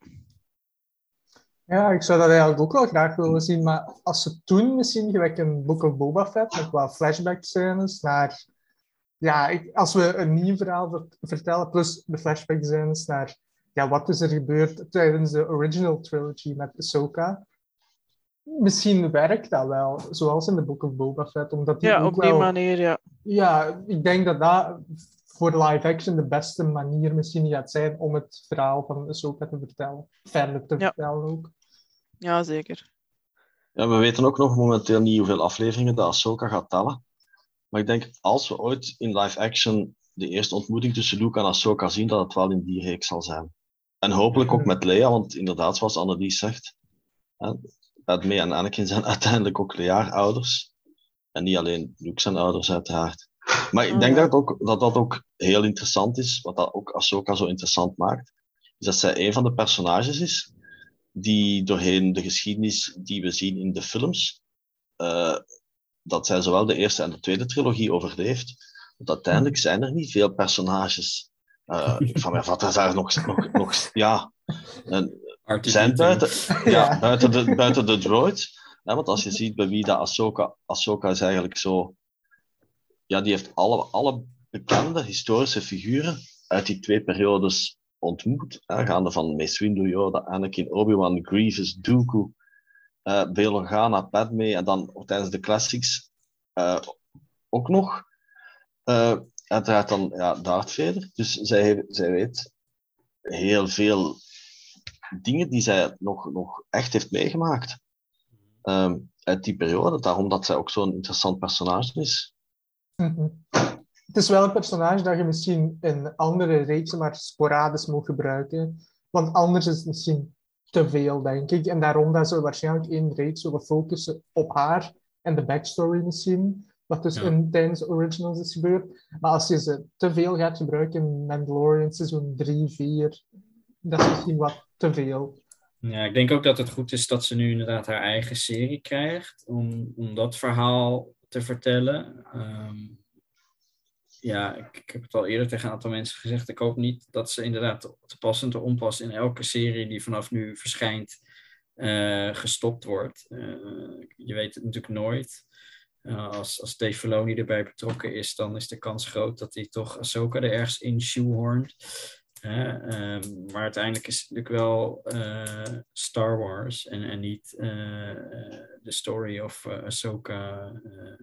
Ja, ik zou dat eigenlijk ook wel graag willen zien. Maar als ze toen misschien gelijk een Book of Boba Fett met wat flashback-scènes naar... Ja, ik, als we een nieuw verhaal vertellen, plus de flashback-scènes naar... Ja, wat is er gebeurd tijdens de original trilogy met Ahsoka? Misschien werkt dat wel, zoals in de Book of Boba Fett. Omdat die ja, ook op die wel, manier, ja. Ja, ik denk dat dat voor live action de beste manier misschien gaat zijn om het verhaal van Ahsoka te vertellen. Verder te ja. vertellen ook. Ja, zeker. Ja, we weten ook nog momenteel niet hoeveel afleveringen de Ahsoka gaat tellen. Maar ik denk, als we ooit in live action de eerste ontmoeting tussen Luke en Ahsoka zien, dat het wel in die reeks zal zijn. En hopelijk ook met Leia, want inderdaad, zoals Annelies zegt... Hè, Padmé en Anakin zijn uiteindelijk ook Leia-ouders. En niet alleen Luke zijn ouders, uiteraard. Maar ik denk dat, ook, dat dat ook heel interessant is. Wat dat ook Ahsoka zo interessant maakt. Is dat zij een van de personages is die doorheen de geschiedenis die we zien in de films, uh, dat zij zowel de eerste en de tweede trilogie overleeft. Want uiteindelijk zijn er niet veel personages. Uh, van mij wat er daar nog... nog, nog ja... Uh, zijn buiten, ja, buiten, de, buiten de droids. Ja, want als je ziet bij wie dat Ahsoka... Ahsoka is eigenlijk zo... Ja, die heeft alle, alle bekende historische figuren uit die twee periodes ontmoet. Hè, gaande van Mace Windu, Yoda, Anakin, Obi-Wan, Grievous, Dooku, uh, Bail Organa, Padmé en dan tijdens de classics uh, ook nog. Uh, uiteraard dan ja, Darth Vader. Dus zij, zij weet heel veel... dingen die zij nog, nog echt heeft meegemaakt. Um, uit die periode. Daarom dat zij ook zo'n interessant personage is. Mm-hmm. Het is wel een personage dat je misschien in andere reeksen maar sporadisch moet gebruiken. Want anders is het misschien te veel, denk ik. En daarom dat ze waarschijnlijk één reeks zullen focussen op haar en de backstory misschien. Wat dus ja. in, tijdens de originals is gebeurd. Maar als je ze te veel gaat gebruiken in Mandalorian seizoen drie, vier... Dat is misschien wat te veel. Ja, ik denk ook dat het goed is dat ze nu inderdaad haar eigen serie krijgt. Om, om dat verhaal te vertellen. Um, ja, ik, ik heb het al eerder tegen een aantal mensen gezegd. Ik hoop niet dat ze inderdaad te pas en te onpas in elke serie die vanaf nu verschijnt uh, gestopt wordt. Uh, je weet het natuurlijk nooit. uh, als, als Dave Filoni erbij betrokken is, dan is de kans groot dat hij toch Ahsoka er ergens in shoehornt. Uh, um, maar uiteindelijk is het natuurlijk wel uh, Star Wars en, en niet de uh, story of uh, Ahsoka. Uh.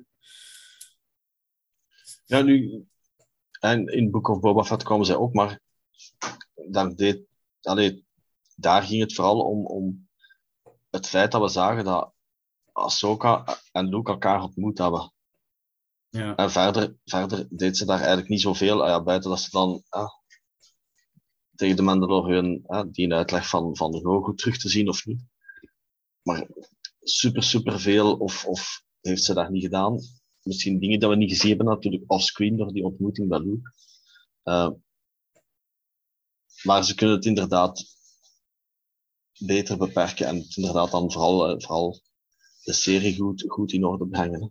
Ja, nu, en in Book of Boba Fett kwamen zij ook, maar daar, deed, allee, daar ging het vooral om, om het feit dat we zagen dat Ahsoka en Luke elkaar ontmoet hebben. Ja. En verder, verder deed ze daar eigenlijk niet zoveel, ja, buiten dat ze dan eh, tegen de Mandalorian eh, die een uitleg van, van Grogu terug te zien of niet. Maar super, super veel of, of heeft ze daar niet gedaan. Misschien dingen dat we niet gezien hebben natuurlijk offscreen door die ontmoeting bij Luke. Uh, maar ze kunnen het inderdaad beter beperken en het inderdaad dan vooral, uh, vooral de serie goed, goed in orde brengen. Hè.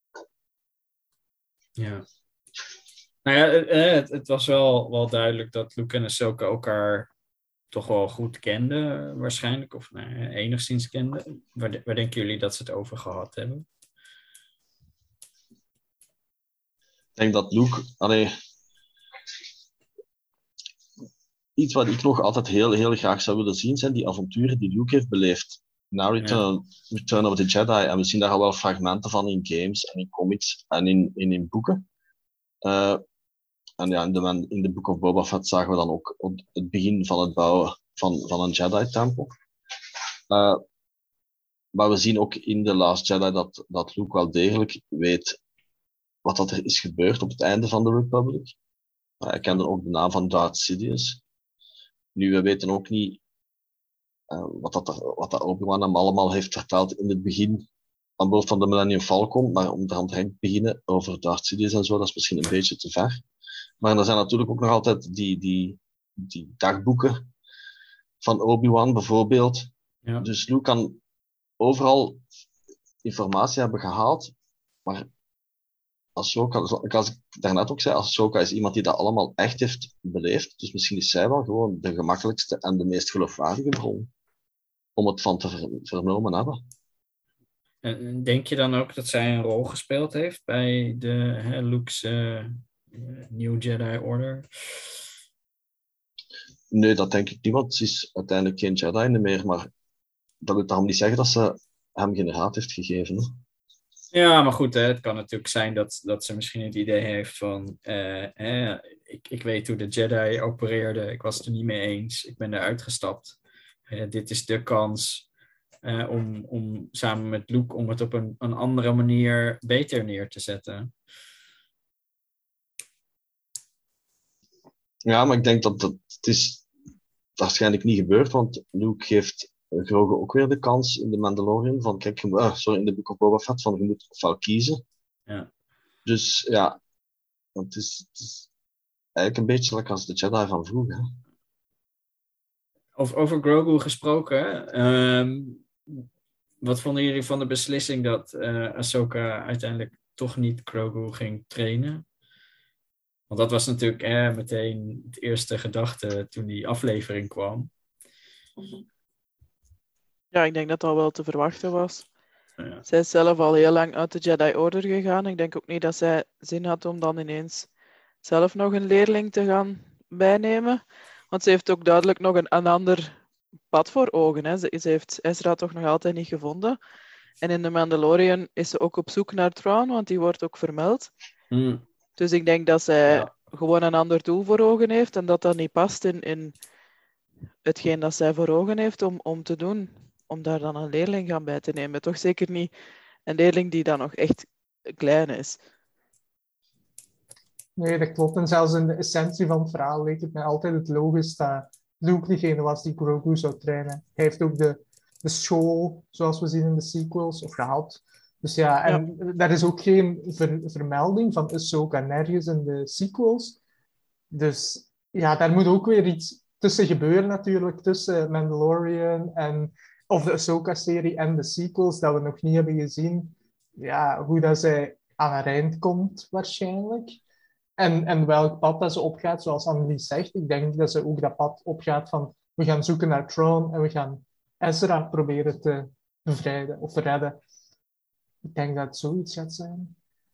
Ja. Nou ja, het, het was wel, wel duidelijk dat Luke en Ahsoka elkaar toch wel goed kenden, waarschijnlijk. Of nou, enigszins kenden. Waar, waar denken jullie dat ze het over gehad hebben? Ik denk dat Luke... Allee, iets wat ik nog altijd heel, heel graag zou willen zien, zijn die avonturen die Luke heeft beleefd. Na Return, ja. Return of the Jedi. En we zien daar al wel fragmenten van in games en in comics en in, in, in boeken. Uh, en ja, in de, in de Book of Boba Fett zagen we dan ook het begin van het bouwen van, van een Jedi-tempel. Uh, maar we zien ook in The Last Jedi dat, dat Luke wel degelijk weet wat dat er is gebeurd op het einde van de Republic. Uh, hij kende ook de naam van Darth Sidious. Nu, we weten ook niet uh, wat, dat er, wat dat Obi-Wan hem allemaal heeft verteld in het begin aan boord van de Millennium Falcon, maar om dan direct te beginnen over Darth Sidious en zo, dat is misschien een beetje te ver. Maar er zijn natuurlijk ook nog altijd die, die, die dagboeken van Obi-Wan bijvoorbeeld. Ja. Dus Luke kan overal informatie hebben gehaald, maar Ahsoka, zoals ik daarnet ook zei, Ahsoka is iemand die dat allemaal echt heeft beleefd, dus misschien is zij wel gewoon de gemakkelijkste en de meest geloofwaardige bron om het van te ver, vernomen hebben. En denk je dan ook dat zij een rol gespeeld heeft bij de hè, Luke's uh, New Jedi Order? Nee, dat denk ik niet, want ze is uiteindelijk geen Jedi meer, maar dat wil daarom niet zeggen dat ze hem geen raad heeft gegeven. Hè? Ja, maar goed, hè, het kan natuurlijk zijn dat, dat ze misschien het idee heeft van uh, eh, ik, ik weet hoe de Jedi opereerde, ik was het er niet mee eens, ik ben eruit gestapt. Uh, dit is de kans uh, om, om samen met Luke om het op een, een andere manier beter neer te zetten. Ja, maar ik denk dat dat het is waarschijnlijk niet gebeurd, want Luke geeft Grogu ook weer de kans in de Mandalorian van kijk, uh, sorry, in de Book of Boba Fett van je moet ofwel kiezen. Ja. Dus ja, het is, het is eigenlijk een beetje like als de Jedi van vroeger. Of, over Grogu gesproken, um, wat vonden jullie van de beslissing dat uh, Ahsoka uiteindelijk toch niet Grogu ging trainen? Want dat was natuurlijk eh, meteen het eerste gedachte toen die aflevering kwam. Ja, ik denk dat dat wel te verwachten was. Ja. Zij is zelf al heel lang uit de Jedi Order gegaan. Ik denk ook niet dat zij zin had om dan ineens zelf nog een leerling te gaan bijnemen. Want ze heeft ook duidelijk nog een, een ander pad voor ogen. Hè. Ze, ze heeft Ezra toch nog altijd niet gevonden. En in The Mandalorian is ze ook op zoek naar Thrawn, want die wordt ook vermeld. Mm. Dus ik denk dat zij Ja. gewoon een ander doel voor ogen heeft en dat dat niet past in, in hetgeen dat zij voor ogen heeft om, om te doen. Om daar dan een leerling gaan bij te nemen. Toch zeker niet een leerling die dan nog echt klein is. Nee, dat klopt. En zelfs in de essentie van het verhaal leek het mij altijd het logisch dat Luke degene was die Grogu zou trainen. Hij heeft ook de, de school, zoals we zien in de sequels, of gehad. Dus ja, en ja. Daar is ook geen ver, vermelding van Ahsoka nergens in de sequels. Dus ja, daar moet ook weer iets tussen gebeuren natuurlijk, tussen Mandalorian en of de Ahsoka-serie en de sequels, dat we nog niet hebben gezien. Ja, hoe dat zij aan haar eind komt, waarschijnlijk. En, en welk pad dat ze opgaat, zoals Annelies zegt. Ik denk dat ze ook dat pad opgaat van we gaan zoeken naar Thrawn en we gaan Ezra proberen te bevrijden of redden. Ik denk dat het zoiets gaat zijn.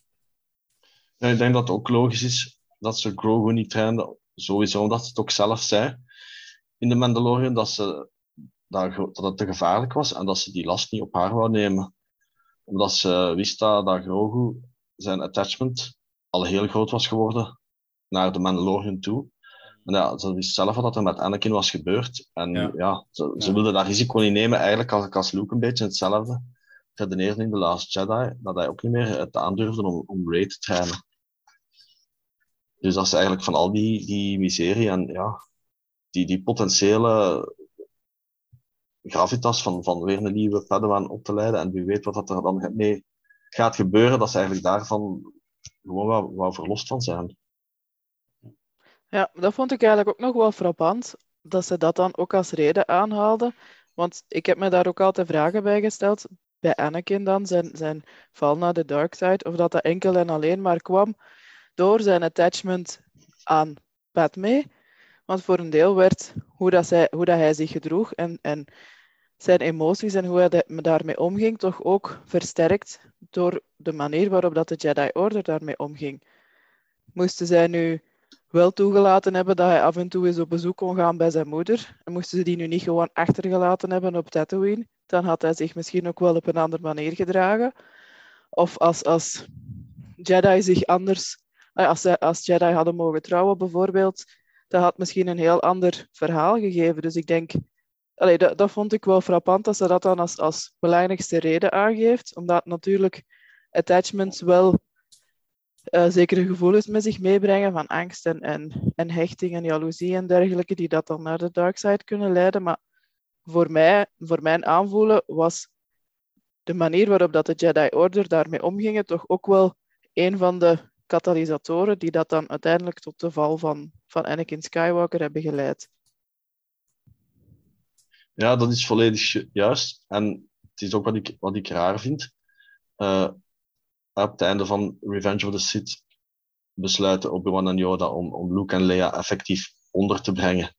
Ja, ik denk dat het ook logisch is dat ze Grogu niet trainen. Sowieso omdat ze het ook zelf zei in de Mandalorian dat, ze, dat, dat het te gevaarlijk was en dat ze die last niet op haar wou nemen. Omdat ze wist dat, dat Grogu zijn attachment al heel groot was geworden naar de Mandalorian toe. En ja, ze wist zelf wat er met Anakin was gebeurd. En Ja. ja, ze, ze Ja. wilde dat risico niet nemen. Eigenlijk als, als Luke een beetje hetzelfde redeneerde in The Last Jedi, dat hij ook niet meer het aandurfde om, om Rey te trainen. Dus dat is eigenlijk van al die, die miserie en ja, die, die potentiële gravitas van, van weer een nieuwe Padawan op te leiden en wie weet wat er dan mee gaat gebeuren, dat ze eigenlijk daarvan gewoon wel, wel verlost van zijn. Ja, dat vond ik eigenlijk ook nog wel frappant, dat ze dat dan ook als reden aanhaalden. Want ik heb me daar ook altijd vragen bij gesteld, bij Anakin dan, zijn, zijn val naar de dark side, of dat dat enkel en alleen maar kwam door zijn attachment aan Padmé. Want voor een deel werd hoe, dat zij, hoe dat hij zich gedroeg en, en zijn emoties en hoe hij de- daarmee omging, toch ook versterkt door de manier waarop dat de Jedi Order daarmee omging. Moesten zij nu wel toegelaten hebben dat hij af en toe eens op bezoek kon gaan bij zijn moeder, en moesten ze die nu niet gewoon achtergelaten hebben op Tatooine, dan had hij zich misschien ook wel op een andere manier gedragen. Of als, als Jedi zich anders, eh, als, zij, als Jedi hadden mogen trouwen bijvoorbeeld, dat had misschien een heel ander verhaal gegeven. Dus ik denk, allee, dat, dat vond ik wel frappant dat ze dat dan als, als belangrijkste reden aangeeft, omdat natuurlijk attachments wel uh, zekere gevoelens met zich meebrengen van angst en, en, en hechting en jaloezie en dergelijke, die dat dan naar de dark side kunnen leiden. Maar voor mij, voor mijn aanvoelen, was de manier waarop dat de Jedi Order daarmee omgingen toch ook wel een van de katalysatoren die dat dan uiteindelijk tot de val van, van Anakin Skywalker hebben geleid. Ja, dat is volledig ju- juist. En het is ook wat ik, wat ik raar vind. Uh, op het einde van Revenge of the Sith besluiten Obi-Wan en Yoda om, om Luke en Leia effectief onder te brengen.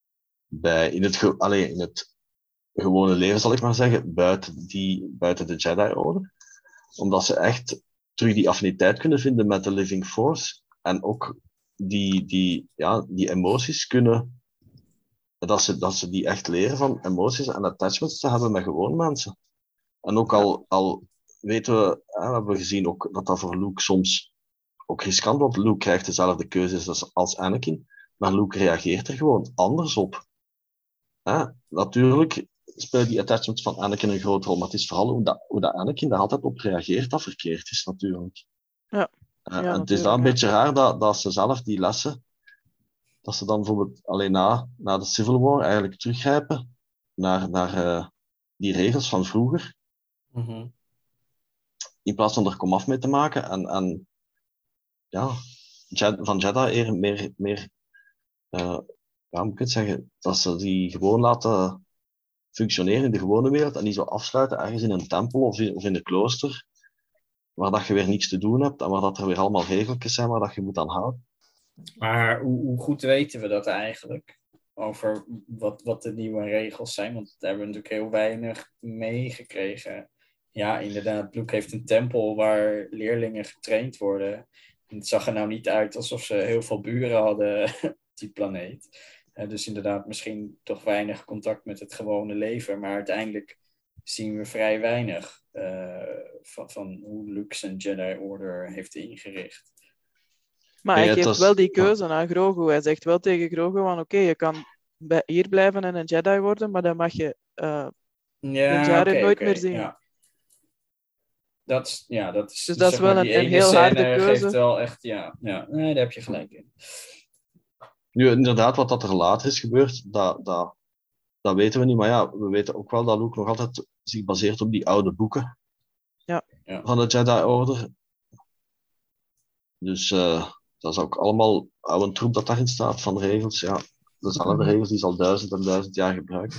Bij, in, het ge- allee, in het gewone leven, zal ik maar zeggen, buiten, die, buiten de Jedi Order. Omdat ze echt terug die affiniteit kunnen vinden met de Living Force. En ook die, die, ja, die emoties kunnen... Dat ze, dat ze die echt leren van emoties en attachments te hebben met gewone mensen. En ook al, al weten we, hè, we hebben gezien ook dat dat voor Luke soms ook riskant wordt. Luke krijgt dezelfde keuzes als, als Anakin, maar Luke reageert er gewoon anders op. Hè? Natuurlijk spelen die attachments van Anakin een grote rol, maar het is vooral hoe dat, hoe dat Anakin daar altijd op reageert dat verkeerd is, natuurlijk. Ja. Uh, Ja, en het is dan een ja. beetje raar dat, dat ze zelf die lessen, dat ze dan bijvoorbeeld alleen na, na de Civil War eigenlijk teruggrijpen naar, naar uh, die regels van vroeger, Mm-hmm. in plaats van er komaf mee te maken en, en ja, Jed, van Jedi meer, meer uh, ja, moet ik het zeggen, dat ze die gewoon laten functioneren in de gewone wereld en die zo afsluiten ergens in een tempel of in, of in een klooster, waar dat je weer niets te doen hebt en waar dat er weer allemaal regeltjes zijn waar dat je moet aan houden. Maar hoe, hoe goed weten we dat eigenlijk? Over wat, wat de nieuwe regels zijn? Want daar hebben we natuurlijk heel weinig meegekregen. Ja, inderdaad, Luke heeft een tempel waar leerlingen getraind worden. En het zag er nou niet uit alsof ze heel veel buren hadden op die planeet. Uh, dus inderdaad, misschien toch weinig contact met het gewone leven. Maar uiteindelijk zien we vrij weinig uh, van, van hoe Luke zijn Jedi Order heeft ingericht. Maar Nee, hij het geeft was- wel die keuze aan Grogu. Hij zegt wel tegen Grogu van oké, je kan bij, hier blijven en een Jedi worden, maar dan mag je uh, Ja, de Jaren oké, nooit oké, meer zien. Ja. Dat is, ja, dat is, Dus dat is zeg maar, wel die een- een ene heel harde scène keuze. geeft wel echt, ja, ja, nee, daar heb je gelijk in. Nu, inderdaad, wat dat er later is gebeurd, dat, dat, dat weten we niet. Maar ja, we weten ook wel dat Luke nog altijd zich baseert op die oude boeken Ja. Ja. van de Jedi Order. Dus uh, dat is ook allemaal oude troep dat daarin staat van regels. Ja, dezelfde Mhm. regels die ze al duizend en duizend jaar gebruiken.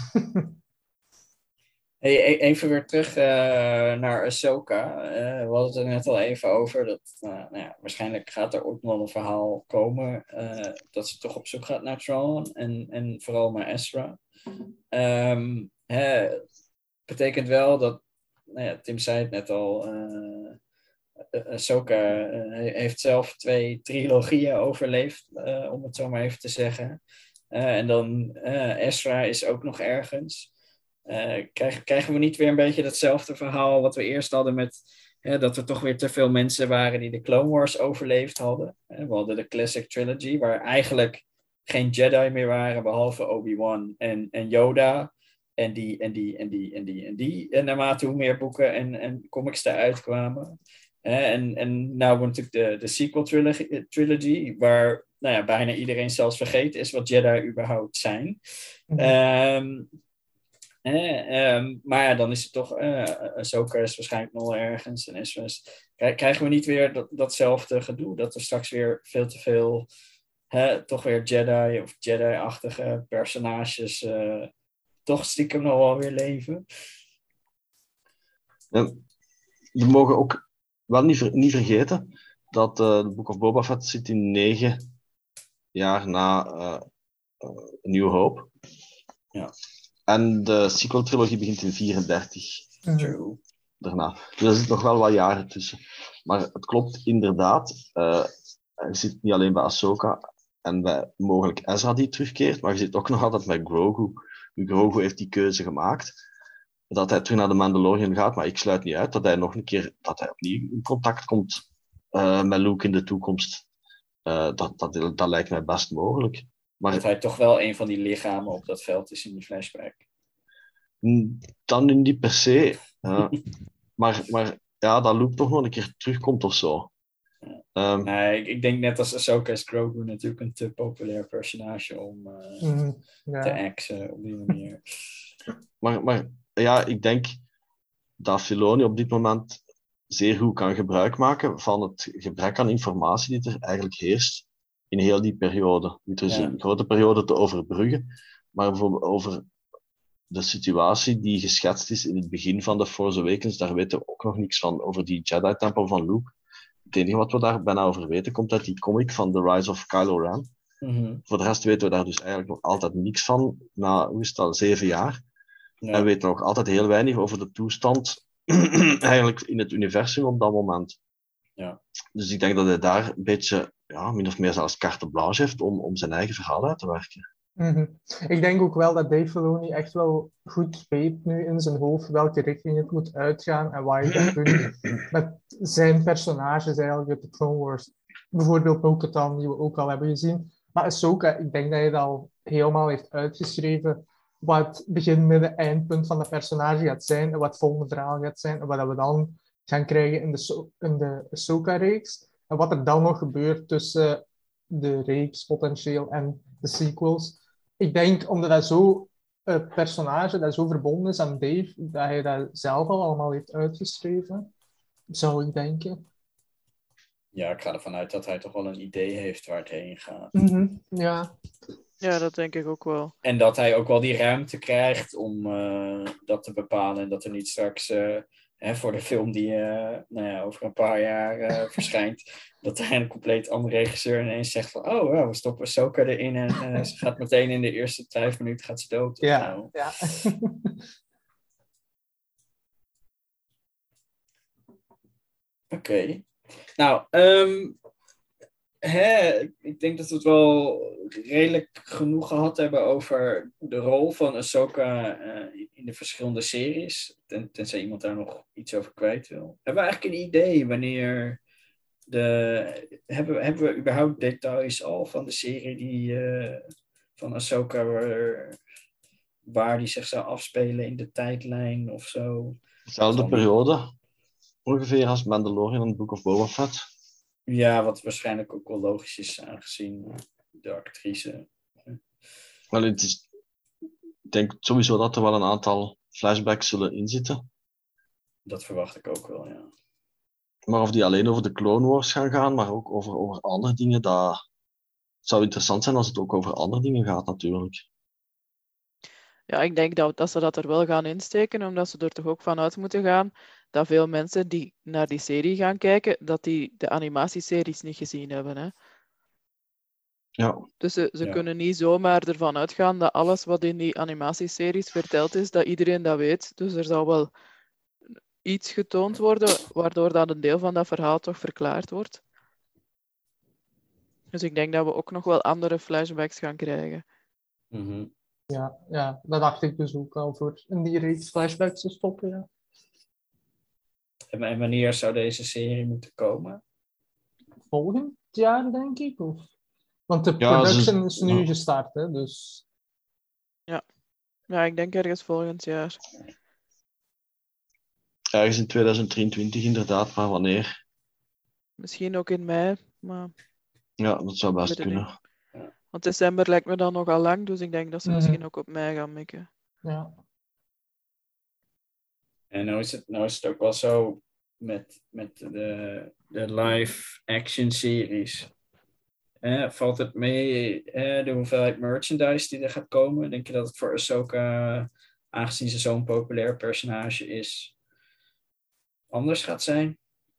Hey, e- even weer terug uh, naar Ahsoka. Uh, we hadden het er net al even over. Dat, uh, nou ja, waarschijnlijk gaat er ook nog wel een verhaal komen. Uh, dat ze toch op zoek gaat naar Thrawn. En, en vooral naar Ezra. Um, hè, betekent wel dat nou ja, Tim zei het net al, uh, Ahsoka uh, heeft zelf twee trilogieën overleefd, uh, om het zo maar even te zeggen. Uh, en dan uh, Ezra is ook nog ergens. Uh, krijgen, krijgen we niet weer een beetje datzelfde verhaal wat we eerst hadden met uh, dat er toch weer te veel mensen waren die de Clone Wars overleefd hadden. Uh, we hadden de Classic Trilogy, waar eigenlijk geen Jedi meer waren, behalve Obi-Wan en, en Yoda. En die, en die, en die, en die, en die. En naarmate hoe meer boeken en, en comics eruit kwamen. Uh, en, en nou hebben we natuurlijk de, de sequel trilogy, trilogy, waar nou ja, bijna iedereen zelfs vergeten is wat Jedi überhaupt zijn. Mm-hmm. Um, eh, um, maar ja, dan is het toch... Uh, Ahsoka is waarschijnlijk nog ergens. En is, is, krijgen we niet weer dat, datzelfde gedoe? Dat er straks weer veel te veel... Hè, toch weer Jedi of Jedi-achtige personages... Uh, toch stiekem nog wel weer leven? Ja, we mogen ook wel niet, ver, niet vergeten... dat uh, The Book of Boba Fett zit in negen jaar na uh, uh, New Hope. Ja. En de sequel-trilogie begint in vierendertig. True. Daarna. Dus er zit nog wel wat jaren tussen. Maar het klopt inderdaad. Uh, je zit niet alleen bij Ahsoka en bij mogelijk Ezra die terugkeert, maar je zit ook nog altijd bij Grogu. Nu, Grogu heeft die keuze gemaakt dat hij terug naar de Mandalorian gaat, maar ik sluit niet uit dat hij nog een keer dat hij opnieuw in contact komt uh, met Luke in de toekomst. Uh, dat, dat, dat lijkt mij best mogelijk. Maar dat hij toch wel een van die lichamen op dat veld is in die flashback. Dan niet per se. Uh, maar, maar ja, dat Luke toch nog een keer terugkomt of zo. Ja. Um, nee, ik, ik denk net als Ahsoka is Grogu natuurlijk een te populair personage om uh, mm, ja. te axen op die manier. Maar, maar ja, ik denk dat Filoni op dit moment zeer goed kan gebruik maken van het gebrek aan informatie die er eigenlijk heerst in heel die periode. Niet er is ja. een grote periode te overbruggen, maar bijvoorbeeld over de situatie die geschetst is in het begin van The Force Awakens, daar weten we ook nog niks van. Over die Jedi-tempel van Luke. Het enige wat we daar bijna over weten, komt uit die comic van The Rise of Kylo Ren. Mm-hmm. Voor de rest weten we daar dus eigenlijk nog altijd niks van, na, hoe is het al, zeven jaar. Ja. En we weten nog altijd heel weinig over de toestand eigenlijk in het universum op dat moment. Ja. Dus ik denk dat hij daar een beetje, ja, min of meer zelfs carte blanche heeft om, om zijn eigen verhaal uit te werken. Mm-hmm. Ik denk ook wel dat Dave Filoni echt wel goed weet nu in zijn hoofd welke richting het moet uitgaan en waar je dat doet met zijn personages eigenlijk uit de Clone Wars. Bijvoorbeeld Bo-Katan, die we ook al hebben gezien. Maar Ahsoka, ik denk dat hij dat al helemaal heeft uitgeschreven wat het begin, midden, eindpunt van dat personage gaat zijn en wat het volgende verhaal gaat zijn en wat we dan gaan krijgen in de, so- in de Ahsoka-reeks en wat er dan nog gebeurt tussen de reeks potentieel en de sequels. Ik denk, omdat dat zo een uh, personage dat zo verbonden is aan Dave, dat hij dat zelf al allemaal heeft uitgeschreven, zou ik denken. Ja, ik ga ervan uit dat hij toch wel een idee heeft waar het heen gaat. Mm-hmm. Ja. Ja, dat denk ik ook wel. En dat hij ook wel die ruimte krijgt om uh, dat te bepalen. En dat er niet straks, uh, hè, voor de film die uh, nou ja, over een paar jaar uh, verschijnt, dat er een compleet andere regisseur ineens zegt van, oh, well, we stoppen Ahsoka erin en uh, ze gaat meteen in de eerste vijf minuten gaat ze dood. Ja, nou. ja. Oké. Okay. Nou, um, hè, ik denk dat we het wel redelijk genoeg gehad hebben over de rol van Ahsoka uh, in de verschillende series. Ten, tenzij iemand daar nog iets over kwijt wil. Hebben we eigenlijk een idee wanneer de... Hebben, we, hebben we überhaupt details al van de serie die uh, van Ahsoka waar, waar die zich zou afspelen in de tijdlijn of zo? Dezelfde periode, ongeveer als Mandalorian en Book of Boba Fett. Ja, wat waarschijnlijk ook wel logisch is aangezien de actrice. Wel, het is, ik denk sowieso dat er wel een aantal flashbacks zullen inzitten. Dat verwacht ik ook wel, ja. Maar of die alleen over de Clone Wars gaan gaan, maar ook over, over andere dingen, dat het zou interessant zijn als het ook over andere dingen gaat natuurlijk. Ja, ik denk dat, dat ze dat er wel gaan insteken, omdat ze er toch ook vanuit moeten gaan dat veel mensen die naar die serie gaan kijken, dat die de animatieseries niet gezien hebben. Hè? Ja. Dus ze, ze ja. kunnen niet zomaar ervan uitgaan dat alles wat in die animatieseries verteld is, dat iedereen dat weet. Dus er zal wel iets getoond worden, waardoor dat een deel van dat verhaal toch verklaard wordt. Dus ik denk dat we ook nog wel andere flashbacks gaan krijgen. Mm-hmm. Ja, ja, dat dacht ik dus ook al voor in die reeks flashbacks te stoppen. Ja. En, en wanneer zou deze serie moeten komen? Volgend jaar, denk ik. Of... Want de Ja, production ze- is nu ja. gestart, hè, dus... Ja, ik denk ergens volgend jaar. Ergens in tweeduizend drieëntwintig inderdaad, maar wanneer? Misschien ook in mei, maar Ja, dat zou best weet het kunnen. want december lijkt me dan nogal lang, dus ik denk dat ze Mhm. misschien ook op mei gaan mikken. Ja. En nou is het, nou is het ook wel zo met, met de, de live-action series. Eh, valt het mee, eh, de hoeveelheid merchandise die er gaat komen? Denk je dat het voor Ahsoka, aangezien ze zo'n populair personage is, anders gaat zijn?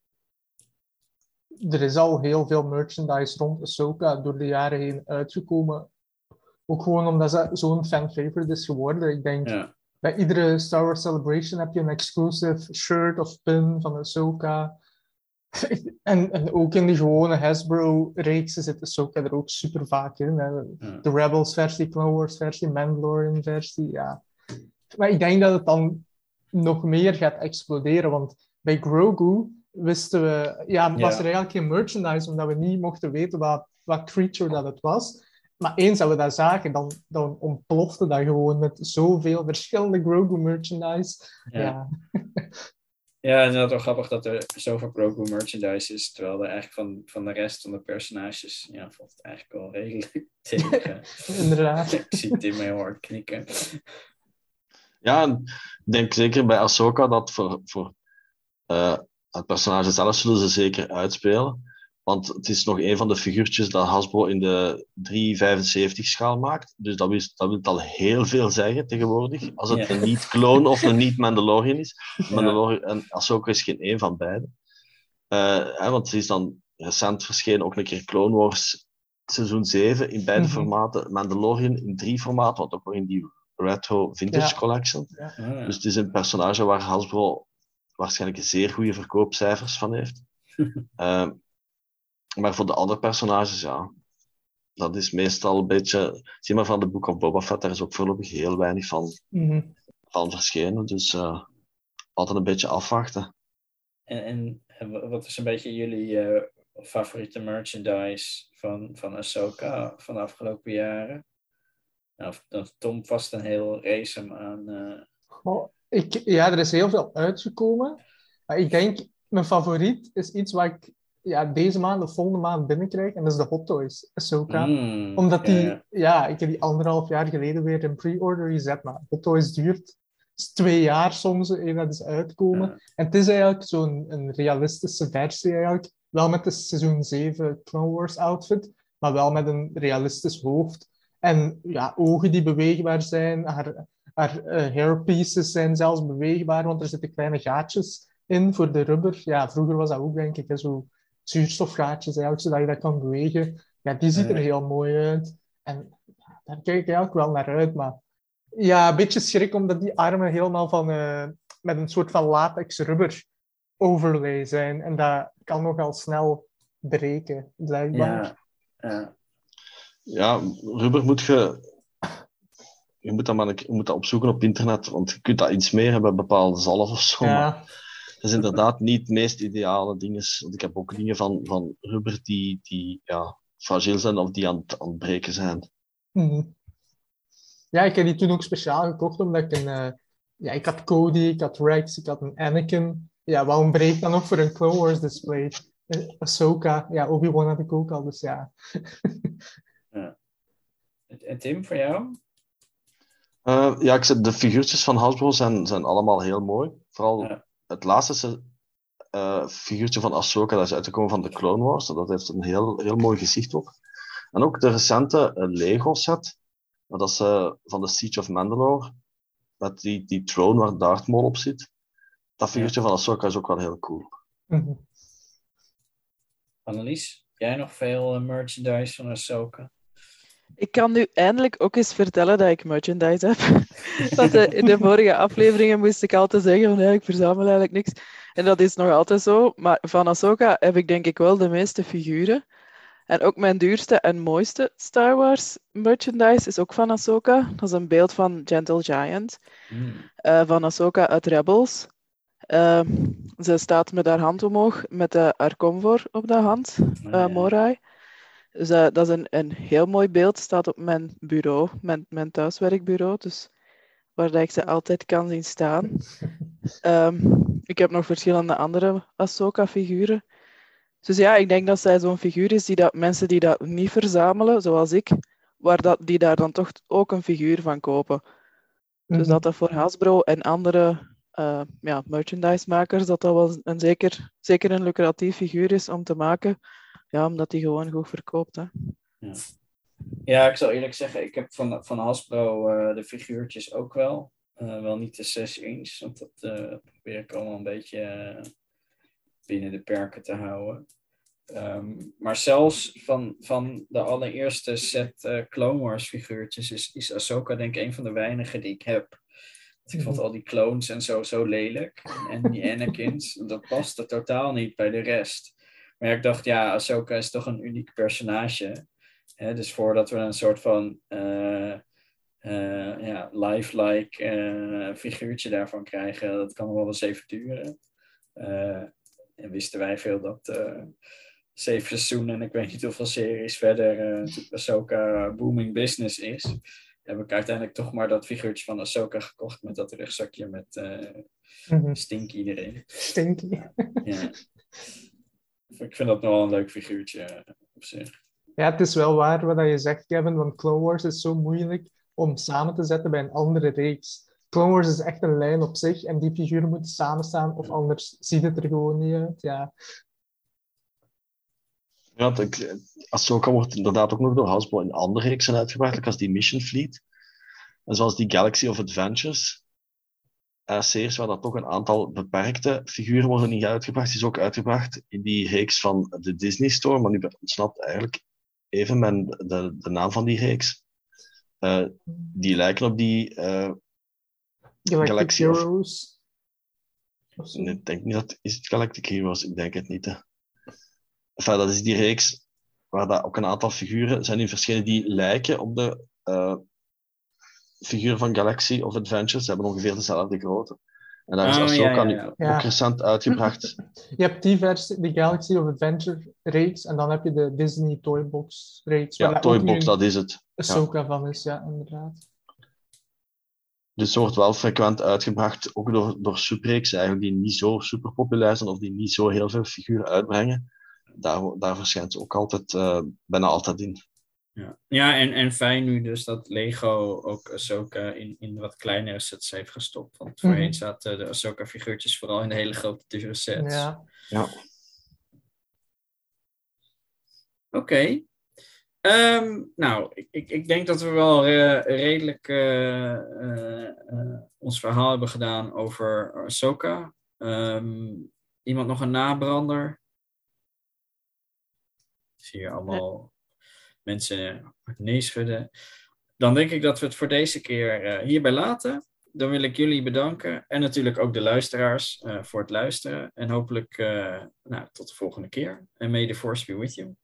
Er is al heel veel merchandise rond Ahsoka door de jaren heen uitgekomen. Ook gewoon omdat ze zo'n fan-favorite is geworden. Ik denk, Ja, bij iedere Star Wars Celebration heb je een exclusive shirt of pin van Ahsoka. En, en ook in die gewone Hasbro-reeksen zit Ahsoka er ook super vaak in. Hè. ja. De Rebels-versie, Clone Wars-versie, Mandalorian-versie, ja. Maar ik denk dat het dan nog meer gaat exploderen, want bij Grogu wisten we... Ja, was Ja. er eigenlijk geen merchandise, omdat we niet mochten weten wat, wat creature dat het was. Maar eens dat we dat zagen, dan, dan ontplofte dat gewoon met zoveel verschillende Grogu-merchandise. Ja. Ja. Ja, het is wel grappig dat er zoveel Grogu merchandise is, terwijl er eigenlijk van, van de rest van de personages, ja, valt het eigenlijk wel redelijk tegen. Inderdaad. Ik zie Tim heel hard knikken. Ja, en ik denk zeker bij Ahsoka dat voor, voor eh, het personage zelf zullen ze zeker uitspelen. Want het is nog een van de figuurtjes dat Hasbro in de drie vijfenzeventig schaal maakt. Dus dat wil, dat wil al heel veel zeggen tegenwoordig. Als het Ja. een niet-clone of een niet-Mandalorian is. Ja. Mandalorian en Ahsoka is geen één van beide. Eh, hè, want ze is dan recent verschenen ook een keer Clone Wars seizoen zeven in beide Mhm. formaten. Mandalorian in drie formaten, wat ook nog in die Retro Vintage Ja. Collection. Ah, ja. Dus het is een personage waar Hasbro waarschijnlijk zeer goede verkoopcijfers van heeft. uh, maar voor de andere personages, ja, dat is meestal een beetje... Zie maar van de Book of Boba Fett, daar is ook voorlopig heel weinig van, Mhm. van verschenen. Dus uh, altijd een beetje afwachten. En, en, en wat is een beetje jullie uh, favoriete merchandise van, van Ahsoka van de afgelopen jaren? Nou, dat Tom vast een heel race hem aan... Uh... Oh, ik, ja, er is heel veel uitgekomen. Maar ik denk, mijn favoriet is iets wat ik ja, deze maand of volgende maand binnenkrijg. En dat is de Hot Toys Ahsoka. Mm, Omdat die... ja, Ja, ja, ik heb die anderhalf jaar geleden weer in pre-order gezet. Maar Hot Toys duurt is twee jaar soms, eer dat is uitkomen. Ja. En het is eigenlijk zo'n een realistische versie eigenlijk. Wel met de seizoen zeven Clone Wars outfit. Maar wel met een realistisch hoofd. En ja, ogen die beweegbaar zijn. Haar, haar uh, hairpieces zijn zelfs beweegbaar, want er zitten kleine gaatjes in voor de rubber. Ja, vroeger was dat ook, denk ik, hè, zo zuurstofgaatjes eigenlijk, zodat je dat kan bewegen. Ja, die ziet er heel mooi uit. En ja, daar kijk ik eigenlijk wel naar uit, maar ja, een beetje schrik omdat die armen helemaal van, uh, met een soort van latex rubber overlay zijn. En dat kan nogal snel breken, blijkbaar. Ja, ja. Ja, rubber moet je... Je moet dat, maar, je moet dat opzoeken op internet, want je kunt dat iets meer hebben, bepaalde zalf of zo. Ja. Maar het is inderdaad niet het meest ideale ding. Want ik heb ook dingen van, van rubber die, die ja, fragiel zijn of die aan, aan het breken zijn. Mm-hmm. Ja, ik heb die toen ook speciaal gekocht, omdat ik een... Uh, ja, ik had Cody, ik had Rex, ik had een Anakin. Ja, waarom breek dan nog voor een Clone Wars display? Uh, Ahsoka, ja, Obi-Wan had ik ook al, dus ja. Ja. En Tim, voor jou? Uh, ja, ik zeg, de figuurtjes van Hasbro zijn, zijn allemaal heel mooi. Vooral ja. het laatste uh, figuurtje van Ahsoka, dat is uitgekomen van de Clone Wars. Dat heeft een heel, heel mooi gezicht op. En ook de recente uh, Lego set. Dat is uh, van de Siege of Mandalore. Met die, die throne waar Darth Maul op zit. Dat figuurtje ja. van Ahsoka is ook wel heel cool. Mm-hmm. Annelies, jij nog veel uh, merchandise van Ahsoka? Ik kan nu eindelijk ook eens vertellen dat ik merchandise heb. Want de, in de vorige afleveringen moest ik altijd zeggen van ja, ik verzamel eigenlijk niks. En dat is nog altijd zo. Maar van Ahsoka heb ik denk ik wel de meeste figuren. En ook mijn duurste en mooiste Star Wars merchandise is ook van Ahsoka. Dat is een beeld van Gentle Giant. Mm. Uh, van Ahsoka uit Rebels. Uh, ze staat met haar hand omhoog met uh, haar komfor op de hand, uh, ja. Morai. Dus uh, dat is een, een heel mooi beeld. Staat op mijn bureau, mijn, mijn thuiswerkbureau. Dus waar dat ik ze altijd kan zien staan. Um, ik heb nog verschillende andere Ahsoka-figuren. Dus ja, ik denk dat zij zo'n figuur is die dat mensen die dat niet verzamelen, zoals ik, waar dat, die daar dan toch ook een figuur van kopen. Mm-hmm. Dus dat dat voor Hasbro en andere uh, ja, merchandise-makers, dat dat wel een zeker, zeker een lucratief figuur is om te maken. Ja, omdat die gewoon goed verkoopt. Hè. Ja. ja, ik zal eerlijk zeggen, ik heb van, van Hasbro uh, de figuurtjes ook wel. Uh, wel niet de zes inch, want dat uh, probeer ik allemaal een beetje uh, binnen de perken te houden. Um, maar zelfs van, van de allereerste set uh, Clone Wars figuurtjes is, is Ahsoka denk ik een van de weinigen die ik heb. Want ik vond al die clones en zo zo lelijk. En die Anakins, dat paste totaal niet bij de rest. Maar ik dacht, ja, Ahsoka is toch een uniek personage. Hè? Dus voordat we een soort van uh, uh, ja, lifelike uh, figuurtje daarvan krijgen, dat kan wel eens even duren. Uh, en wisten wij veel dat uh, zeven seizoenen en ik weet niet hoeveel series verder uh, Ahsoka booming business is. Heb ik uiteindelijk toch maar dat figuurtje van Ahsoka gekocht met dat rugzakje met uh, mm-hmm. Stinky erin. Stinky. Ja. Ik vind dat nog wel een leuk figuurtje op zich. Ja, het is wel waar wat je zegt, Kevin, want Clone Wars is zo moeilijk om samen te zetten bij een andere reeks. Clone Wars is echt een lijn op zich en die figuren moeten samenstaan of anders ziet het er gewoon niet uit. Ja, ja Ahsoka wordt inderdaad ook nog door Hasbro in andere reeksen uitgebracht, als die Mission Fleet. En zoals die Galaxy of Adventures. Uh, series waar dat toch een aantal beperkte figuren worden niet uitgebracht. Die is ook uitgebracht in die reeks van de Disney Store, maar nu ontsnapt eigenlijk even mijn, de, de naam van die reeks. Uh, die lijken op die uh, Galactic Galaxy Heroes. Of... Nee, ik denk niet dat is het Galactic Heroes, ik denk het niet. Hè. Enfin, dat is die reeks waar dat ook een aantal figuren zijn nu verschenen die lijken op de uh, figuur van Galaxy of Adventures. Ze hebben ongeveer dezelfde grootte. En daar is oh, Ahsoka ja, nu ja, ja. ook recent uitgebracht. Je hebt die versie, de Galaxy of Adventure reeks, en dan heb je de Disney Toybox reeks. Ja, Toybox, dat is het. Ahsoka ja. van is, ja, inderdaad. Dus ze wordt wel frequent uitgebracht, ook door, door subreeksen eigenlijk, die niet zo super populair zijn of die niet zo heel veel figuren uitbrengen. Daar, daar verschijnt ze ook altijd, uh, bijna altijd in. Ja, ja en, en fijn nu dus dat Lego ook Ahsoka in, in wat kleinere sets heeft gestopt. Want voorheen mm-hmm. zaten de Ahsoka figuurtjes vooral in de hele grote dure sets. Ja. ja. Oké. Okay. Um, nou, ik, ik, ik denk dat we wel uh, redelijk uh, uh, uh, ons verhaal hebben gedaan over Ahsoka. Um, iemand nog een nabrander? Ik zie hier allemaal ja. mensen nee schudden. Dan denk ik dat we het voor deze keer uh, hierbij laten. Dan wil ik jullie bedanken. En natuurlijk ook de luisteraars uh, voor het luisteren. En hopelijk uh, nou, tot de volgende keer. En may the force be with you.